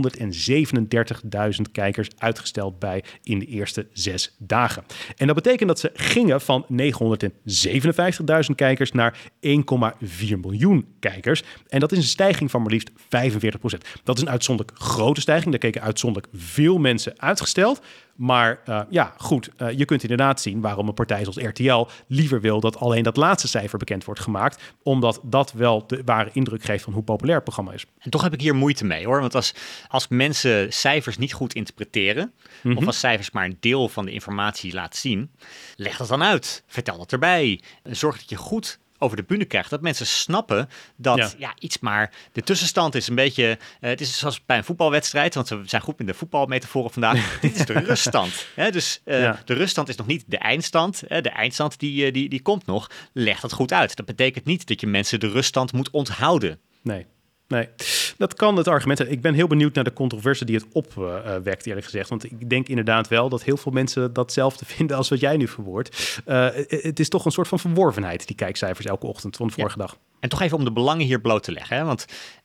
vierhonderdzevenendertigduizend kijkers uitgesteld bij in de eerste zes dagen. En dat betekent dat ze gingen van negenhonderdzevenenvijftigduizend kijkers naar één komma vier miljoen kijkers. En dat is een stijging van maar liefst vijfenveertig procent. Dat is een uitzonderlijk grote stijging. Daar keken uitzonderlijk veel mensen uitgesteld. Maar uh, ja, goed, uh, je kunt inderdaad zien waarom een partij zoals R T L liever wil dat alleen dat laatste cijfer bekend wordt gemaakt, omdat dat wel de ware indruk geeft van hoe populair het programma is. En toch heb ik hier moeite mee, hoor. Want als, als mensen cijfers niet goed interpreteren, mm-hmm. of als cijfers maar een deel van de informatie laten zien, leg dat dan uit. Vertel dat erbij. Zorg dat je goed over de bühne krijgt, dat mensen snappen dat ja. Ja, iets maar de tussenstand is. Een beetje, uh, het is zoals bij een voetbalwedstrijd, want we zijn goed met de voetbalmetaforen vandaag. Dit is de ruststand. Hè? Dus uh, ja. de ruststand is nog niet de eindstand. Hè? De eindstand die, uh, die, die komt nog. Leg dat goed uit. Dat betekent niet dat je mensen de ruststand moet onthouden. Nee. Nee, dat kan het argument zijn. Ik ben heel benieuwd naar de controverse die het opwekt, uh, eerlijk gezegd. Want ik denk inderdaad wel dat heel veel mensen datzelfde vinden als wat jij nu verwoordt. Uh, het is toch een soort van verworvenheid, die kijkcijfers elke ochtend van de vorige ja. dag. En toch even om de belangen hier bloot te leggen. Hè? Want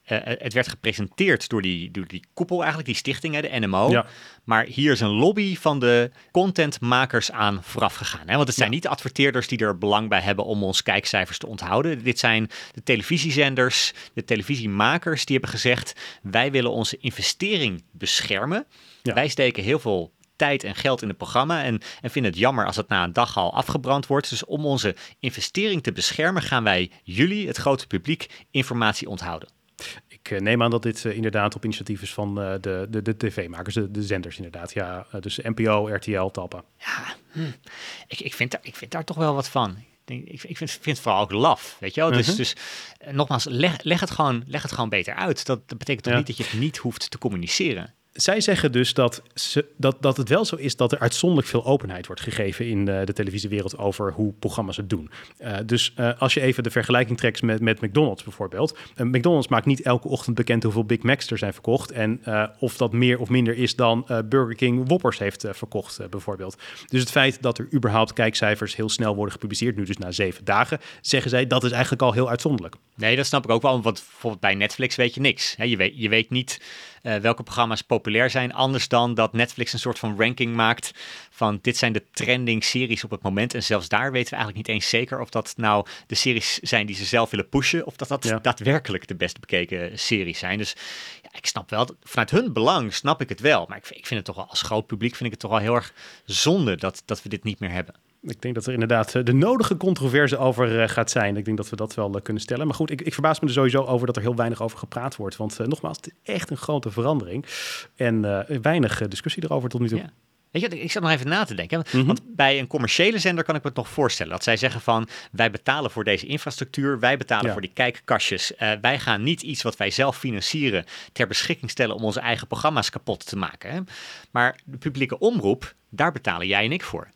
Uh, het werd gepresenteerd door die, door die koepel eigenlijk, die stichting, hè, de N M O. Ja. Maar hier is een lobby van de contentmakers aan vooraf gegaan. Hè? Want het zijn Ja. niet de adverteerders die er belang bij hebben om ons kijkcijfers te onthouden. Dit zijn de televisiezenders, de televisiemakers die hebben gezegd, wij willen onze investering beschermen. Ja. Wij steken heel veel tijd en geld in het programma en, en vinden het jammer als het na een dag al afgebrand wordt. Dus om onze investering te beschermen gaan wij jullie, het grote publiek, informatie onthouden. Ik uh, neem aan dat dit uh, inderdaad op initiatief is van uh, de, de, de tv-makers, de, de zenders inderdaad. Ja, uh, dus N P O, R T L, Talpa. Ja, hm. ik, ik, vind daar, ik vind daar toch wel wat van. Ik, denk, ik, ik vind, vind het vooral ook laf, weet je wel. Dus, Mhm. dus uh, nogmaals, leg, leg, het gewoon, leg het gewoon beter uit. Dat, dat betekent toch Ja. niet dat je het niet hoeft te communiceren? Zij zeggen dus dat, ze, dat, dat het wel zo is dat er uitzonderlijk veel openheid wordt gegeven in uh, de televisiewereld over hoe programma's het doen. Uh, dus uh, als je even de vergelijking trekt met, met McDonald's bijvoorbeeld. Uh, McDonald's maakt niet elke ochtend bekend hoeveel Big Macs er zijn verkocht. En uh, of dat meer of minder is dan uh, Burger King Whoppers heeft uh, verkocht uh, bijvoorbeeld. Dus het feit dat er überhaupt kijkcijfers heel snel worden gepubliceerd, nu dus na zeven dagen, zeggen zij dat is eigenlijk al heel uitzonderlijk. Nee, dat snap ik ook wel. Want bijvoorbeeld bij Netflix weet je niks. Hè? Je, weet, je weet niet uh, welke programma's populair zijn. Anders dan dat Netflix een soort van ranking maakt van dit zijn de trending series op het moment. En zelfs daar weten we eigenlijk niet eens zeker of dat nou de series zijn die ze zelf willen pushen. Of dat dat Ja. daadwerkelijk de best bekeken series zijn. Dus ja, ik snap wel, dat, vanuit hun belang snap ik het wel. Maar ik, ik vind het toch wel, als groot publiek vind ik het toch wel heel erg zonde dat, dat we dit niet meer hebben. Ik denk dat er inderdaad uh, de nodige controverse over uh, gaat zijn. Ik denk dat we dat wel uh, kunnen stellen. Maar goed, ik, ik verbaas me er sowieso over dat er heel weinig over gepraat wordt. Want uh, nogmaals, het is echt een grote verandering. En uh, weinig uh, discussie erover tot nu toe. Ja. Weet je, ik zat nog even na te denken. Mhm. Want bij een commerciële zender kan ik me het nog voorstellen. Dat zij zeggen van, wij betalen voor deze infrastructuur. Wij betalen Ja. voor die kijkkastjes. Uh, wij gaan niet iets wat wij zelf financieren ter beschikking stellen om onze eigen programma's kapot te maken. Hè? Maar de publieke omroep, daar betalen jij en ik voor.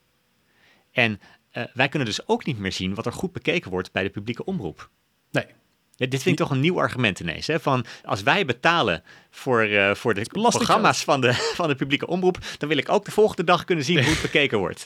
En uh, wij kunnen dus ook niet meer zien wat er goed bekeken wordt bij de publieke omroep. Nee. Ja, dit vind ik toch een nieuw argument ineens. Hè? Van, als wij betalen voor, uh, voor de belastinggeld. programma's van de, van de publieke omroep, dan wil ik ook de volgende dag kunnen zien hoe het bekeken wordt.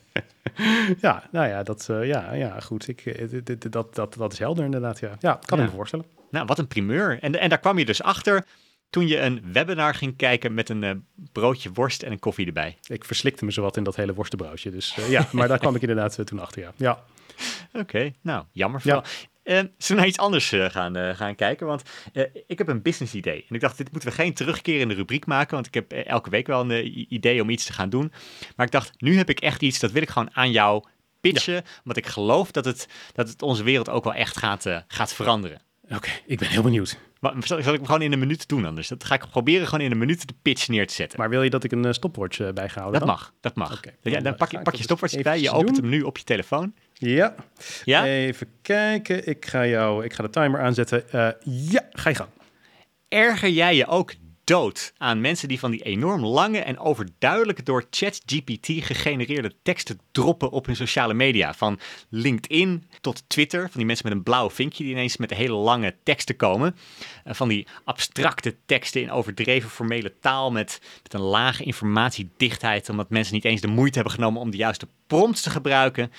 Ja, nou ja, dat, uh, ja, ja goed. Ik, uh, dit- dit- dat, dat, dat is helder inderdaad. Ja, ja kan Ja. ik me voorstellen. Nou, wat een primeur. En, en daar kwam je dus achter toen je een webinar ging kijken met een uh, broodje worst en een koffie erbij. Ik verslikte me zowat in dat hele worstenbroodje. Dus uh, ja, maar daar kwam ik inderdaad uh, toen achter. Ja. Ja. Oké, okay, nou, jammer vooral. Ja. Uh, zullen we naar iets anders uh, gaan, uh, gaan kijken? Want uh, ik heb een business idee. En ik dacht, dit moeten we geen terugkerende rubriek maken. Want ik heb uh, elke week wel een uh, idee om iets te gaan doen. Maar ik dacht, nu heb ik echt iets, dat wil ik gewoon aan jou pitchen. Ja. Want ik geloof dat het, dat het onze wereld ook wel echt gaat, uh, gaat veranderen. Oké, okay, ik ben heel benieuwd. Maar zal, zal ik hem gewoon in een minuut doen anders? Dat ga ik proberen gewoon in een minuut de pitch neer te zetten. Maar wil je dat ik een uh, stopwatch uh, bijgehouden Dat dan? mag, dat mag. Okay, ja, dan, dan pak je, pak je stopwatch erbij, je doen. opent hem nu op je telefoon. Ja. Ja? Even kijken. Ik ga, jou, ik ga de timer aanzetten. Uh, ja, ga je gang. Erger jij je ook dood aan mensen die van die enorm lange en overduidelijke door ChatGPT gegenereerde teksten droppen op hun sociale media? Van LinkedIn tot Twitter, van die mensen met een blauw vinkje die ineens met hele lange teksten komen. Uh, van die abstracte teksten in overdreven formele taal met, met een lage informatiedichtheid, omdat mensen niet eens de moeite hebben genomen om de juiste prompts te gebruiken.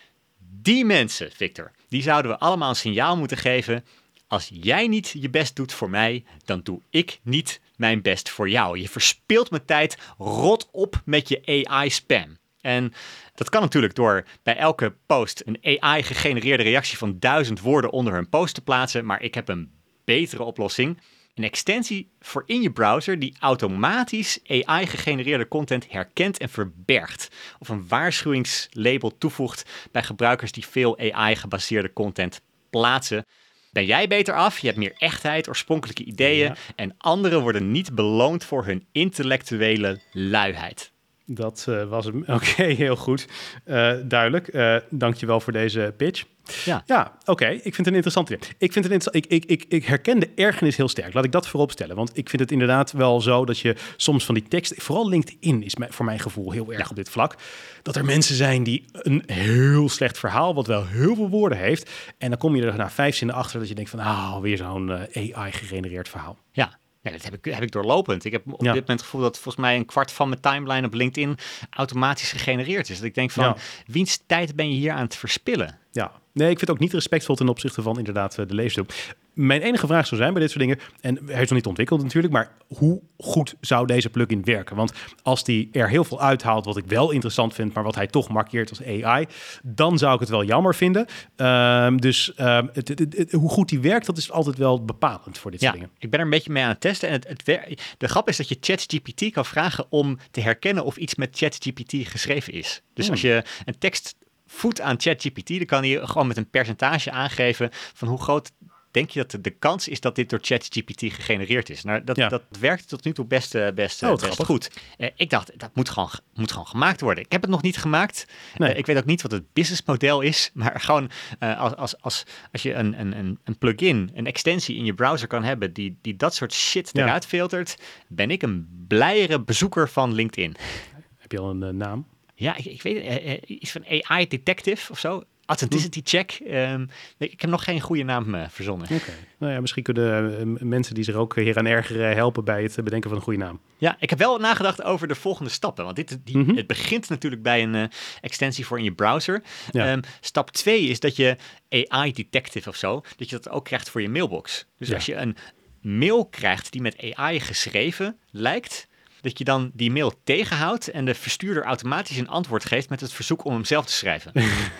Die mensen, Victor, die zouden we allemaal een signaal moeten geven. Als jij niet je best doet voor mij, dan doe ik niet mijn best voor jou. Je verspilt mijn tijd, rot op met je A I-spam. En dat kan natuurlijk door bij elke post een A I-gegenereerde reactie van duizend woorden onder hun post te plaatsen. Maar ik heb een betere oplossing. Een extensie voor in je browser die automatisch A I-gegenereerde content herkent en verbergt. Of een waarschuwingslabel toevoegt bij gebruikers die veel A I-gebaseerde content plaatsen. Ben jij beter af, je hebt meer echtheid, oorspronkelijke ideeën. Ja. En anderen worden niet beloond voor hun intellectuele luiheid. Dat uh, was hem. Oké, okay, heel goed. Uh, duidelijk. Uh, dankjewel voor deze pitch. Ja, ja oké. Okay. Ik vind het een interessant idee. Ik, vind het interessant. Ik, ik, ik, ik herken de ergernis heel sterk. Laat ik dat voorop stellen. Want ik vind het inderdaad wel zo dat je soms van die tekst... Vooral LinkedIn is voor mijn gevoel heel erg ja. op dit vlak. Dat er mensen zijn die een heel slecht verhaal... wat wel heel veel woorden heeft... en dan kom je er na vijf zinnen achter dat je denkt van... ah, weer zo'n uh, A I-gegenereerd verhaal. Ja. Ja, dat heb ik, heb ik doorlopend. Ik heb op ja. dit moment het gevoel dat volgens mij een kwart van mijn timeline op LinkedIn automatisch gegenereerd is. Dat ik denk van, ja. wiens tijd ben je hier aan het verspillen? Ja, nee, ik vind het ook niet respectvol ten opzichte van inderdaad de leesdoel. mijn enige vraag zou zijn bij dit soort dingen, en hij is nog niet ontwikkeld natuurlijk, maar hoe goed zou deze plugin werken? Want als die er heel veel uithaalt, wat ik wel interessant vind, maar wat hij toch markeert als A I, dan zou ik het wel jammer vinden. Um, dus um, het, het, het, het, hoe goed die werkt, dat is altijd wel bepalend voor dit Ja, soort dingen. ik ben er een beetje mee aan het testen. En het, het wer- de grap is dat je ChatGPT kan vragen om te herkennen of iets met ChatGPT geschreven is. Dus Hmm. als je een tekst voedt aan ChatGPT, dan kan hij gewoon met een percentage aangeven van hoe groot denk je dat de, de kans is dat dit door ChatGPT gegenereerd is. Nou, dat, Ja. dat werkt tot nu toe best, eh, best, eh, Oh, wat best grappig. goed. Eh, ik dacht, dat moet gewoon, ge- moet gewoon gemaakt worden. Ik heb het nog niet gemaakt. Nee. Eh, ik weet ook niet wat het businessmodel is, maar gewoon eh, als, als, als, als je een, een, een, een plugin, een extensie in je browser kan hebben die, die dat soort shit Ja. eruit filtert, ben ik een blijere bezoeker van LinkedIn. Heb je al een uh, naam? Ja, ik, ik weet het, eh, eh, iets van A I Detective of zo. Authenticity check. Um, nee, ik heb nog geen goede naam uh, verzonnen. Oké. Nou ja, misschien kunnen uh, mensen die zich ook hier aan ergeren helpen bij het bedenken van een goede naam. Ja, ik heb wel nagedacht over de volgende stappen. Want dit, die, Mhm. het begint natuurlijk bij een uh, extensie voor in je browser. Ja. Um, stap twee is dat je A I Detective of zo, dat je dat ook krijgt voor je mailbox. Dus Ja. als je een mail krijgt die met A I geschreven lijkt, dat je dan die mail tegenhoudt en de verstuurder automatisch een antwoord geeft met het verzoek om hem zelf te schrijven.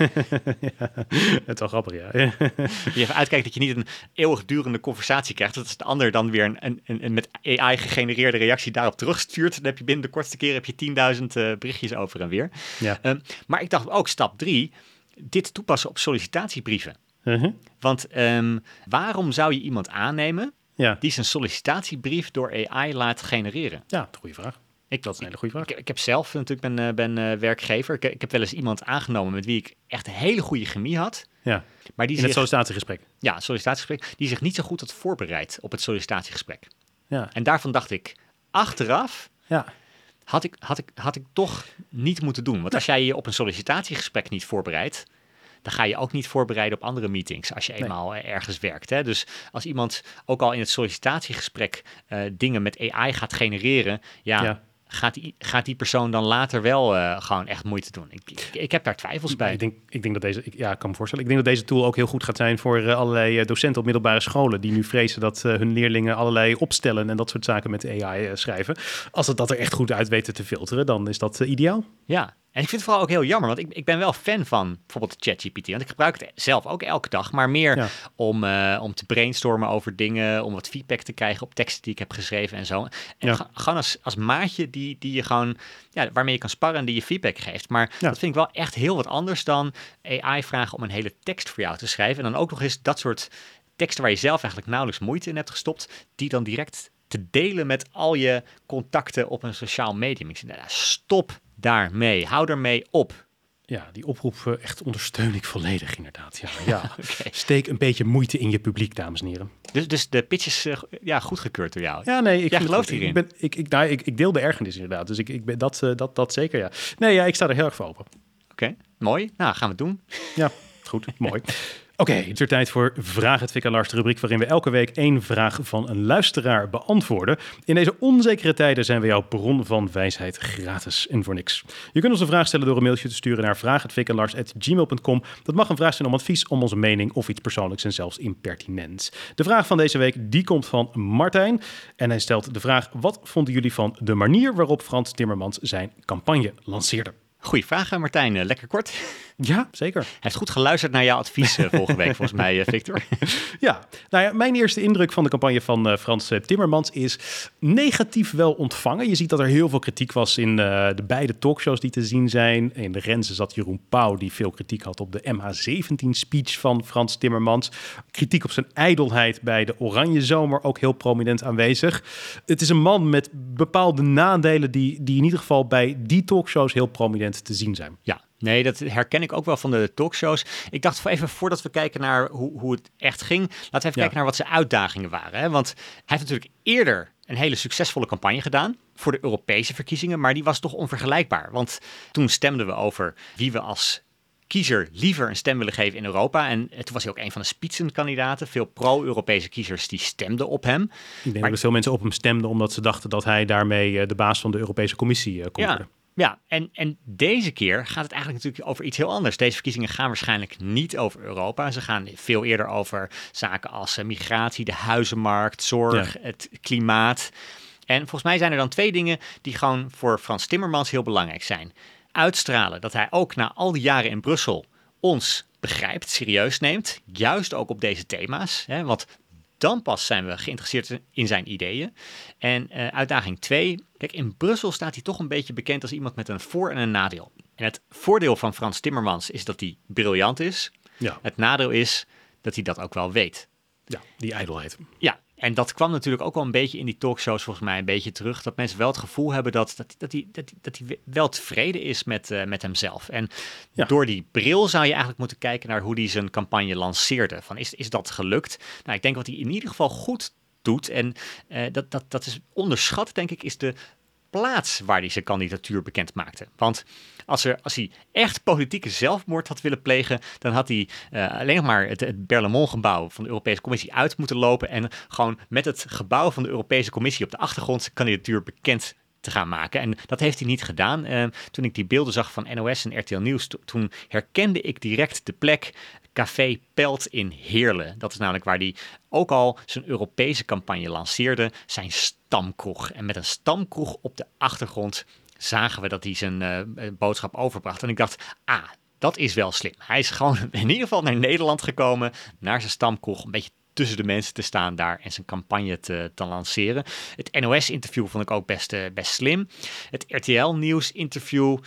Ja, het is wel grappig, ja. Je even uitkijkt dat je niet een eeuwigdurende conversatie krijgt. Dat als de ander dan weer een, een, een, een met A I gegenereerde reactie daarop terugstuurt, dan heb je binnen de kortste keer heb je tienduizend uh, berichtjes over en weer. Ja. Um, maar ik dacht ook stap drie, dit toepassen op sollicitatiebrieven. Uh-huh. Want um, waarom zou je iemand aannemen Ja. die zijn sollicitatiebrief door A I laat genereren? Ja, goede vraag. Ik, Dat is een hele goede vraag. Ik, ik heb zelf natuurlijk ben, uh, ben uh, werkgever. Ik, ik heb wel eens iemand aangenomen met wie ik echt een hele goede chemie had. Ja. Maar die In het zich, sollicitatiegesprek. ja, een sollicitatiegesprek, die zich niet zo goed had voorbereid op het sollicitatiegesprek. Ja. En daarvan dacht ik, achteraf Ja. had ik, had ik, had ik toch niet moeten doen. Want als jij je op een sollicitatiegesprek niet voorbereidt, dan ga je ook niet voorbereiden op andere meetings als je Nee. eenmaal uh, ergens werkt. Hè? Dus als iemand ook al in het sollicitatiegesprek uh, dingen met A I gaat genereren, ja, Ja. Gaat, die, gaat die persoon dan later wel uh, gewoon echt moeite doen? Ik, ik, ik heb daar twijfels bij. Ik denk, ik denk dat deze, ik, ja, ik kan me voorstellen. Ik denk dat deze tool ook heel goed gaat zijn voor uh, allerlei uh, docenten op middelbare scholen die nu vrezen dat uh, hun leerlingen allerlei opstellen en dat soort zaken met A I uh, schrijven. Als het dat er echt goed uit weten te filteren, dan is dat uh, ideaal. Ja, en ik vind het vooral ook heel jammer, want ik, ik ben wel fan van bijvoorbeeld ChatGPT. Want ik gebruik het zelf ook elke dag, maar meer Ja. om, uh, om te brainstormen over dingen, om wat feedback te krijgen op teksten die ik heb geschreven en zo. En Ja. ga- gewoon als, als maatje die, die je gewoon, ja, waarmee je kan sparren en die je feedback geeft. Maar Ja. dat vind ik wel echt heel wat anders dan A I vragen om een hele tekst voor jou te schrijven. En dan ook nog eens dat soort teksten waar je zelf eigenlijk nauwelijks moeite in hebt gestopt, die dan direct te delen met al je contacten op een sociaal medium. Ik zeg, nou, stop daarmee. Hou ermee op. Ja, die oproep uh, echt ondersteun ik volledig inderdaad. Ja, ja. Oké. Steek een beetje moeite in je publiek, dames en heren. Dus, dus de pitch is uh, ja, goedgekeurd door jou. Ja, nee, ik Jij vind gelooft het goed. hierin. Ik, ben, ik, ik, nou, ik, ik deel de ergernis inderdaad. Dus ik, ik ben dat, uh, dat, dat zeker, ja. Nee, ja, ik sta er heel erg voor open. Oké, okay, mooi. Nou, gaan we het doen. Ja, goed, mooi. Oké, okay, het is weer tijd voor Vraag het Fik en Lars, de rubriek waarin we elke week één vraag van een luisteraar beantwoorden. In deze onzekere tijden zijn we jouw bron van wijsheid gratis en voor niks. Je kunt ons een vraag stellen door een mailtje te sturen naar vraag het fik en lars at gmail punt com. Dat mag een vraag zijn om advies, om onze mening of iets persoonlijks en zelfs impertinents. De vraag van deze week, die komt van Martijn. En hij stelt de vraag, wat vonden jullie van de manier waarop Frans Timmermans zijn campagne lanceerde? Goeie vraag, Martijn. Uh, lekker kort. Ja, zeker. Hij heeft goed geluisterd naar jouw advies uh, volgende week, volgens mij, uh, Victor. Ja, nou ja, mijn eerste indruk van de campagne van uh, Frans uh, Timmermans is negatief wel ontvangen. Je ziet dat er heel veel kritiek was in uh, de beide talkshows die te zien zijn. In de Renze zat Jeroen Pauw, die veel kritiek had op de M H zeventien speech van Frans Timmermans. Kritiek op zijn ijdelheid bij de Oranje Zomer, ook heel prominent aanwezig. Het is een man met bepaalde nadelen die, die in ieder geval bij die talkshows heel prominent te zien zijn. Ja. Nee, dat herken ik ook wel van de talkshows. Ik dacht even voordat we kijken naar hoe, hoe het echt ging, laten we even Ja. kijken naar wat zijn uitdagingen waren. Hè? Want hij heeft natuurlijk eerder een hele succesvolle campagne gedaan voor de Europese verkiezingen, maar die was toch onvergelijkbaar. Want toen stemden we over wie we als kiezer liever een stem willen geven in Europa. En toen was hij ook een van de spitsenkandidaten. Veel pro-Europese kiezers die stemden op hem. Ik denk Maar- dat veel mensen op hem stemden omdat ze dachten dat hij daarmee uh, de baas van de Europese Commissie uh, kon Ja. worden. Ja, en, en deze keer gaat het eigenlijk natuurlijk over iets heel anders. Deze verkiezingen gaan waarschijnlijk niet over Europa. Ze gaan veel eerder over zaken als uh, migratie, de huizenmarkt, zorg, Ja. het klimaat. En volgens mij zijn er dan twee dingen die gewoon voor Frans Timmermans heel belangrijk zijn. Uitstralen dat hij ook na al die jaren in Brussel ons begrijpt, serieus neemt. Juist ook op deze thema's. Hè, want dan pas zijn we geïnteresseerd in zijn ideeën. En uh, uitdaging twee. Kijk, in Brussel staat hij toch een beetje bekend als iemand met een voor- en een nadeel. En het voordeel van Frans Timmermans is dat hij briljant is. Ja, Het nadeel is dat hij dat ook wel weet. ja die ijdelheid. Ja, en dat kwam natuurlijk ook wel een beetje in die talkshows volgens mij een beetje terug. Dat mensen wel het gevoel hebben dat, dat, dat, hij, dat, hij, dat hij wel tevreden is met, uh, met hemzelf. En Ja. door die bril zou je eigenlijk moeten kijken naar hoe hij zijn campagne lanceerde. Van, is, is dat gelukt? Nou, ik denk wat hij in ieder geval goed doet, en uh, dat, dat, dat is onderschat, denk ik, is de plaats waar hij zijn kandidatuur bekend maakte. Want als, er, als hij echt politieke zelfmoord had willen plegen, dan had hij uh, alleen nog maar het, het Berlaymont-gebouw van de Europese Commissie uit moeten lopen en gewoon met het gebouw van de Europese Commissie op de achtergrond zijn kandidatuur bekend te gaan maken. En dat heeft hij niet gedaan. Uh, toen ik die beelden zag van N O S en R T L Nieuws, to- toen herkende ik direct de plek Café Pelt in Heerlen. Dat is namelijk waar hij ook al zijn Europese campagne lanceerde, zijn stamkroeg. En met een stamkroeg op de achtergrond zagen we dat hij zijn uh, boodschap overbracht. En ik dacht, ah, dat is wel slim. Hij is gewoon in ieder geval naar Nederland gekomen, naar zijn stamkroeg, een beetje tussen de mensen te staan daar en zijn campagne te, te lanceren. Het N O S-interview vond ik ook best, uh, best slim. Het R T L-nieuws-interview,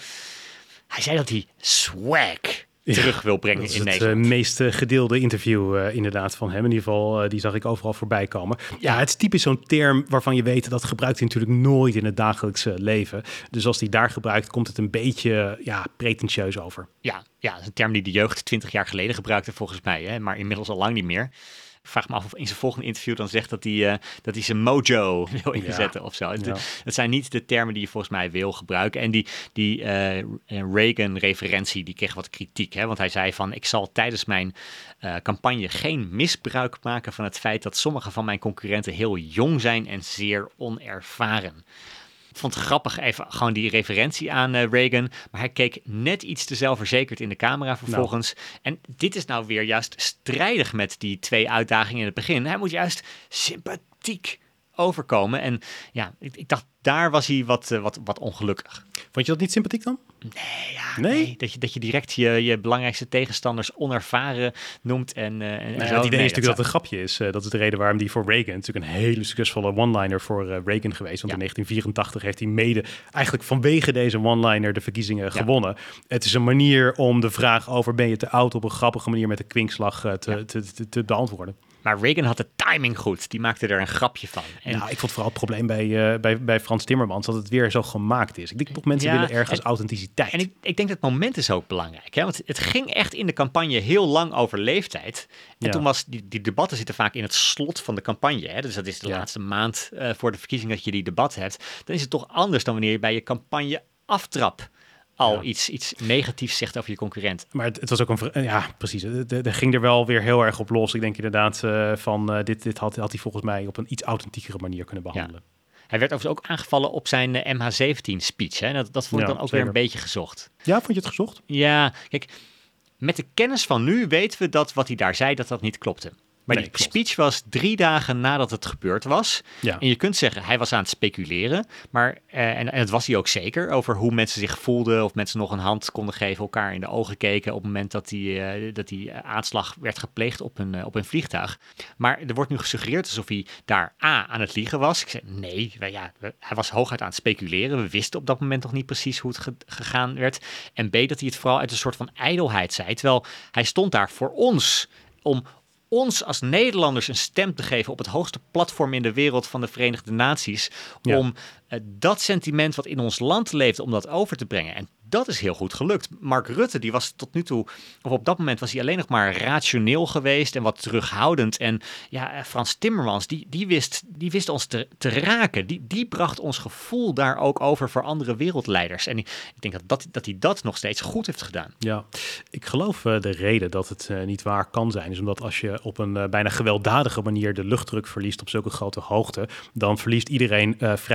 hij zei dat hij swag terug wil brengen Dat is in het uh, Nederland. meest uh, gedeelde interview uh, inderdaad van hem. In ieder geval, uh, die zag ik overal voorbij komen. Ja, Ja. het is typisch zo'n term waarvan je weet, dat gebruikt hij natuurlijk nooit in het dagelijkse leven. Dus als hij daar gebruikt, komt het een beetje ja, pretentieus over. Ja, ja, dat is een term die de jeugd twintig jaar geleden gebruikte volgens mij, hè, maar inmiddels al lang niet meer. Ik vraag me af of in zijn volgende interview dan zegt dat hij, uh, dat hij zijn mojo wil inzetten of zo. Het, Ja. het zijn niet de termen die je volgens mij wil gebruiken. En die, die uh, Reagan-referentie, die kreeg wat kritiek. Hè? Want hij zei van, ik zal tijdens mijn uh, campagne geen misbruik maken van het feit dat sommige van mijn concurrenten heel jong zijn en zeer onervaren. Ik vond het grappig even gewoon die referentie aan uh, Reagan. Maar hij keek net iets te zelfverzekerd in de camera vervolgens. En dit is nou weer juist strijdig met die twee uitdagingen in het begin. Hij moet juist sympathiek overkomen. En ja, ik, ik dacht, daar was hij wat, uh, wat, wat ongelukkig. Vond je dat niet sympathiek dan? Nee, ja, Nee? nee. Dat, je, dat je direct je, je belangrijkste tegenstanders onervaren noemt. En, uh, en Nou zo. ja, het idee Nee, is natuurlijk dat zou- het een grapje is. Uh, dat is de reden waarom die voor Reagan, natuurlijk een hele succesvolle one-liner voor uh, Reagan geweest. Want Ja. in negentien vierentachtig heeft hij mede, eigenlijk vanwege deze one-liner, de verkiezingen Ja. gewonnen. Het is een manier om de vraag over ben je te oud op een grappige manier met een kwinkslag uh, te, Ja. te, te, te beantwoorden. Maar Reagan had de timing goed. Die maakte er een grapje van. En Nou, ik vond vooral het probleem bij, uh, bij, bij Frans Timmermans dat het weer zo gemaakt is. Ik denk toch mensen Ja, willen ergens en- authenticiteit. En ik, ik denk dat het moment is ook belangrijk. Hè? Want het ging echt in de campagne heel lang over leeftijd. En Ja. toen was die, die debatten zitten vaak in het slot van de campagne. Hè? Dus dat is de Ja. laatste maand uh, voor de verkiezing dat je die debat hebt. Dan is het toch anders dan wanneer je bij je campagne aftrap al Ja. iets, iets negatiefs zegt over je concurrent. Maar het, het was ook een... ver- Ja, precies. Het- het- Er ging er wel weer heel erg op los. Ik denk inderdaad uh, van... Uh, dit dit had, had hij volgens mij op een iets authentiekere manier kunnen behandelen. Hij werd overigens ook aangevallen op zijn uh, M H zeventien speech. Hè? Dat, dat vond ik Ja, dan ook zeker. weer een beetje gezocht. Ja, vond je het gezocht? Ja, kijk, met de kennis van nu weten we dat wat hij daar zei, dat dat niet klopte. Maar Nee, die klopt. speech was drie dagen nadat het gebeurd was. Ja. En je kunt zeggen, hij was aan het speculeren. Maar, uh, en, en dat was hij ook zeker, over hoe mensen zich voelden. Of mensen nog een hand konden geven, elkaar in de ogen keken. Op het moment dat die, uh, dat die aanslag werd gepleegd op een, uh, op een vliegtuig. Maar er wordt nu gesuggereerd alsof hij daar A, aan het liegen was. Ik zei, nee, wij, ja, we- hij was hooguit aan het speculeren. We wisten op dat moment nog niet precies hoe het ge- gegaan werd. En B, dat hij het vooral uit een soort van ijdelheid zei. Terwijl hij stond daar voor ons om ons als Nederlanders een stem te geven op het hoogste platform in de wereld van de Verenigde Naties. Ja. Om uh, dat sentiment wat in ons land leeft, om dat over te brengen. En dat is heel goed gelukt. Mark Rutte, die was tot nu toe, of op dat moment was hij alleen nog maar rationeel geweest en wat terughoudend. En ja, uh, Frans Timmermans, die, die, wist, die wist ons te, te raken. Die, die bracht ons gevoel daar ook over voor andere wereldleiders. En ik, ik denk dat, dat, dat hij dat nog steeds goed heeft gedaan. Ja, ik geloof uh, de reden dat het uh, niet waar kan zijn, is omdat als je op een uh, bijna gewelddadige manier de luchtdruk verliest op zulke grote hoogte, dan verliest iedereen uh, vrijwel direct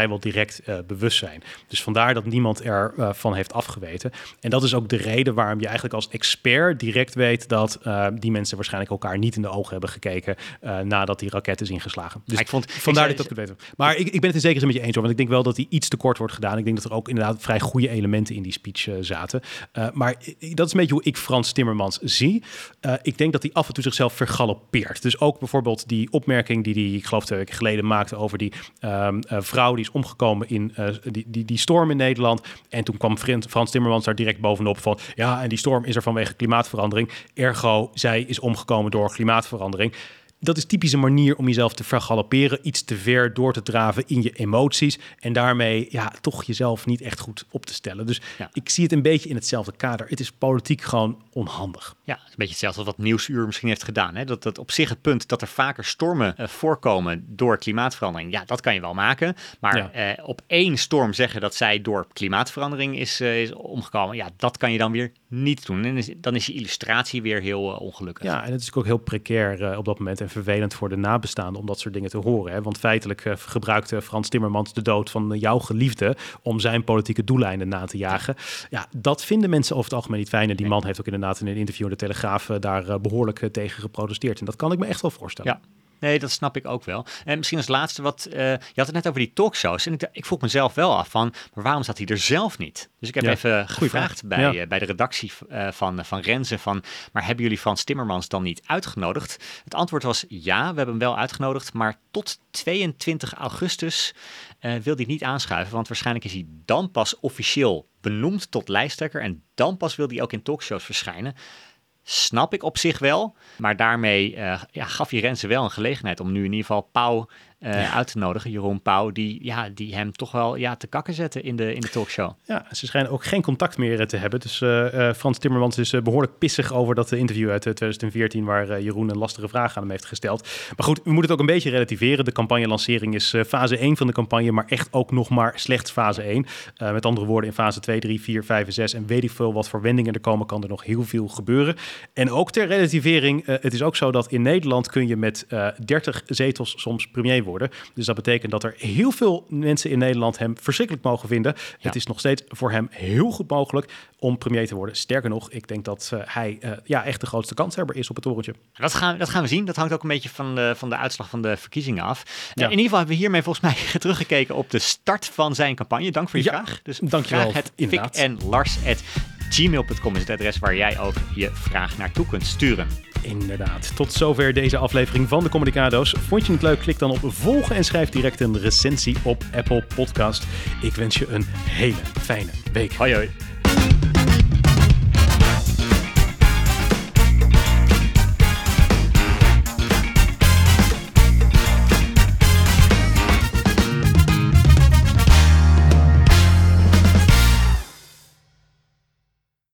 direct uh, bewust zijn. Dus vandaar dat niemand ervan uh, van heeft afgeweten. En dat is ook de reden waarom je eigenlijk als expert direct weet dat uh, die mensen waarschijnlijk elkaar niet in de ogen hebben gekeken uh, nadat die raket is ingeslagen. Dus ik vond, vandaar ik dat ik dat weet. Maar ik, ik ben het in zekere zin met je eens hoor, want ik denk wel dat die iets te kort wordt gedaan. Ik denk dat er ook inderdaad vrij goede elementen in die speech uh, zaten. Uh, maar dat is een beetje hoe ik Frans Timmermans zie. Uh, ik denk dat hij af en toe zichzelf vergalopeert. Dus ook bijvoorbeeld die opmerking die hij, ik geloof twee weken geleden maakte over die um, uh, vrouw die is omgekomen in uh, die, die, die storm in Nederland. En toen kwam Frans Timmermans daar direct bovenop van, ja, en die storm is er vanwege klimaatverandering. Ergo, zij is omgekomen door klimaatverandering. Dat is typische manier om jezelf te vergalopperen, iets te ver door te draven in je emoties en daarmee ja, toch jezelf niet echt goed op te stellen. Dus ja. ik zie het een beetje in hetzelfde kader. Het is politiek gewoon onhandig. Ja, het is een beetje hetzelfde als wat Nieuwsuur misschien heeft gedaan. Hè? Dat, dat op zich het punt dat er vaker stormen uh, voorkomen door klimaatverandering, ja, dat kan je wel maken. Maar ja. uh, op één storm zeggen dat zij door klimaatverandering is, uh, is omgekomen, ja, dat kan je dan weer niet doen. En dan is je illustratie weer heel uh, ongelukkig. Ja, en het is ook heel precair uh, op dat moment en vervelend voor de nabestaanden om dat soort dingen te horen. Hè? Want feitelijk uh, gebruikte Frans Timmermans de dood van uh, jouw geliefde om zijn politieke doeleinden na te jagen. Ja, dat vinden mensen over het algemeen niet fijn. En die nee. man heeft ook inderdaad in een interview in de Telegraaf uh, daar uh, behoorlijk uh, tegen geprotesteerd. En dat kan ik me echt wel voorstellen. Ja. Nee, dat snap ik ook wel. En misschien als laatste wat... Uh, je had het net over die talkshows. En ik, ik vroeg mezelf wel af van... maar waarom staat hij er zelf niet? Dus ik heb ja. even gevraagd bij, ja. uh, bij de redactie uh, van, van Renze van... maar hebben jullie Frans Timmermans dan niet uitgenodigd? Het antwoord was ja, we hebben hem wel uitgenodigd... maar tot tweeëntwintig augustus uh, wil hij niet aanschuiven... want waarschijnlijk is hij dan pas officieel benoemd tot lijsttrekker... en dan pas wil hij ook in talkshows verschijnen... Snap ik op zich wel, maar daarmee uh, ja, gaf je Renze wel een gelegenheid om nu in ieder geval Pauw uh, ja. uit te nodigen. Jeroen Pauw, die, ja, die hem toch wel ja, te kakken zetten in de, in de talkshow. Ja, ze schijnen ook geen contact meer te hebben. Dus uh, uh, Frans Timmermans is uh, behoorlijk pissig over dat interview uit uh, twintig veertien... waar uh, Jeroen een lastige vraag aan hem heeft gesteld. Maar goed, we moeten het ook een beetje relativeren. De campagne-lancering is uh, fase één van de campagne, maar echt ook nog maar slechts fase één. Uh, met andere woorden, in fase twee, drie, vier, vijf en zes en weet ik veel wat voor wendingen er komen, kan er nog heel veel gebeuren. En ook ter relativering, uh, het is ook zo dat in Nederland kun je met uh, dertig zetels soms premier worden. Dus dat betekent dat er heel veel mensen in Nederland hem verschrikkelijk mogen vinden. Ja. Het is nog steeds voor hem heel goed mogelijk om premier te worden. Sterker nog, ik denk dat uh, hij uh, ja, echt de grootste kanshebber is op het torentje. Dat gaan, dat gaan we zien. Dat hangt ook een beetje van de, van de uitslag van de verkiezingen af. Ja. In ieder geval hebben we hiermee volgens mij teruggekeken op de start van zijn campagne. Dank voor je ja, vraag. Dus dankjewel. Vraag het Fik en Lars at gmail punt com is het adres waar jij ook je vraag naartoe kunt sturen. Inderdaad. Tot zover deze aflevering van de Communicado's. Vond je het leuk? Klik dan op volgen en schrijf direct een recensie op Apple Podcast. Ik wens je een hele fijne week. Hoi hoi.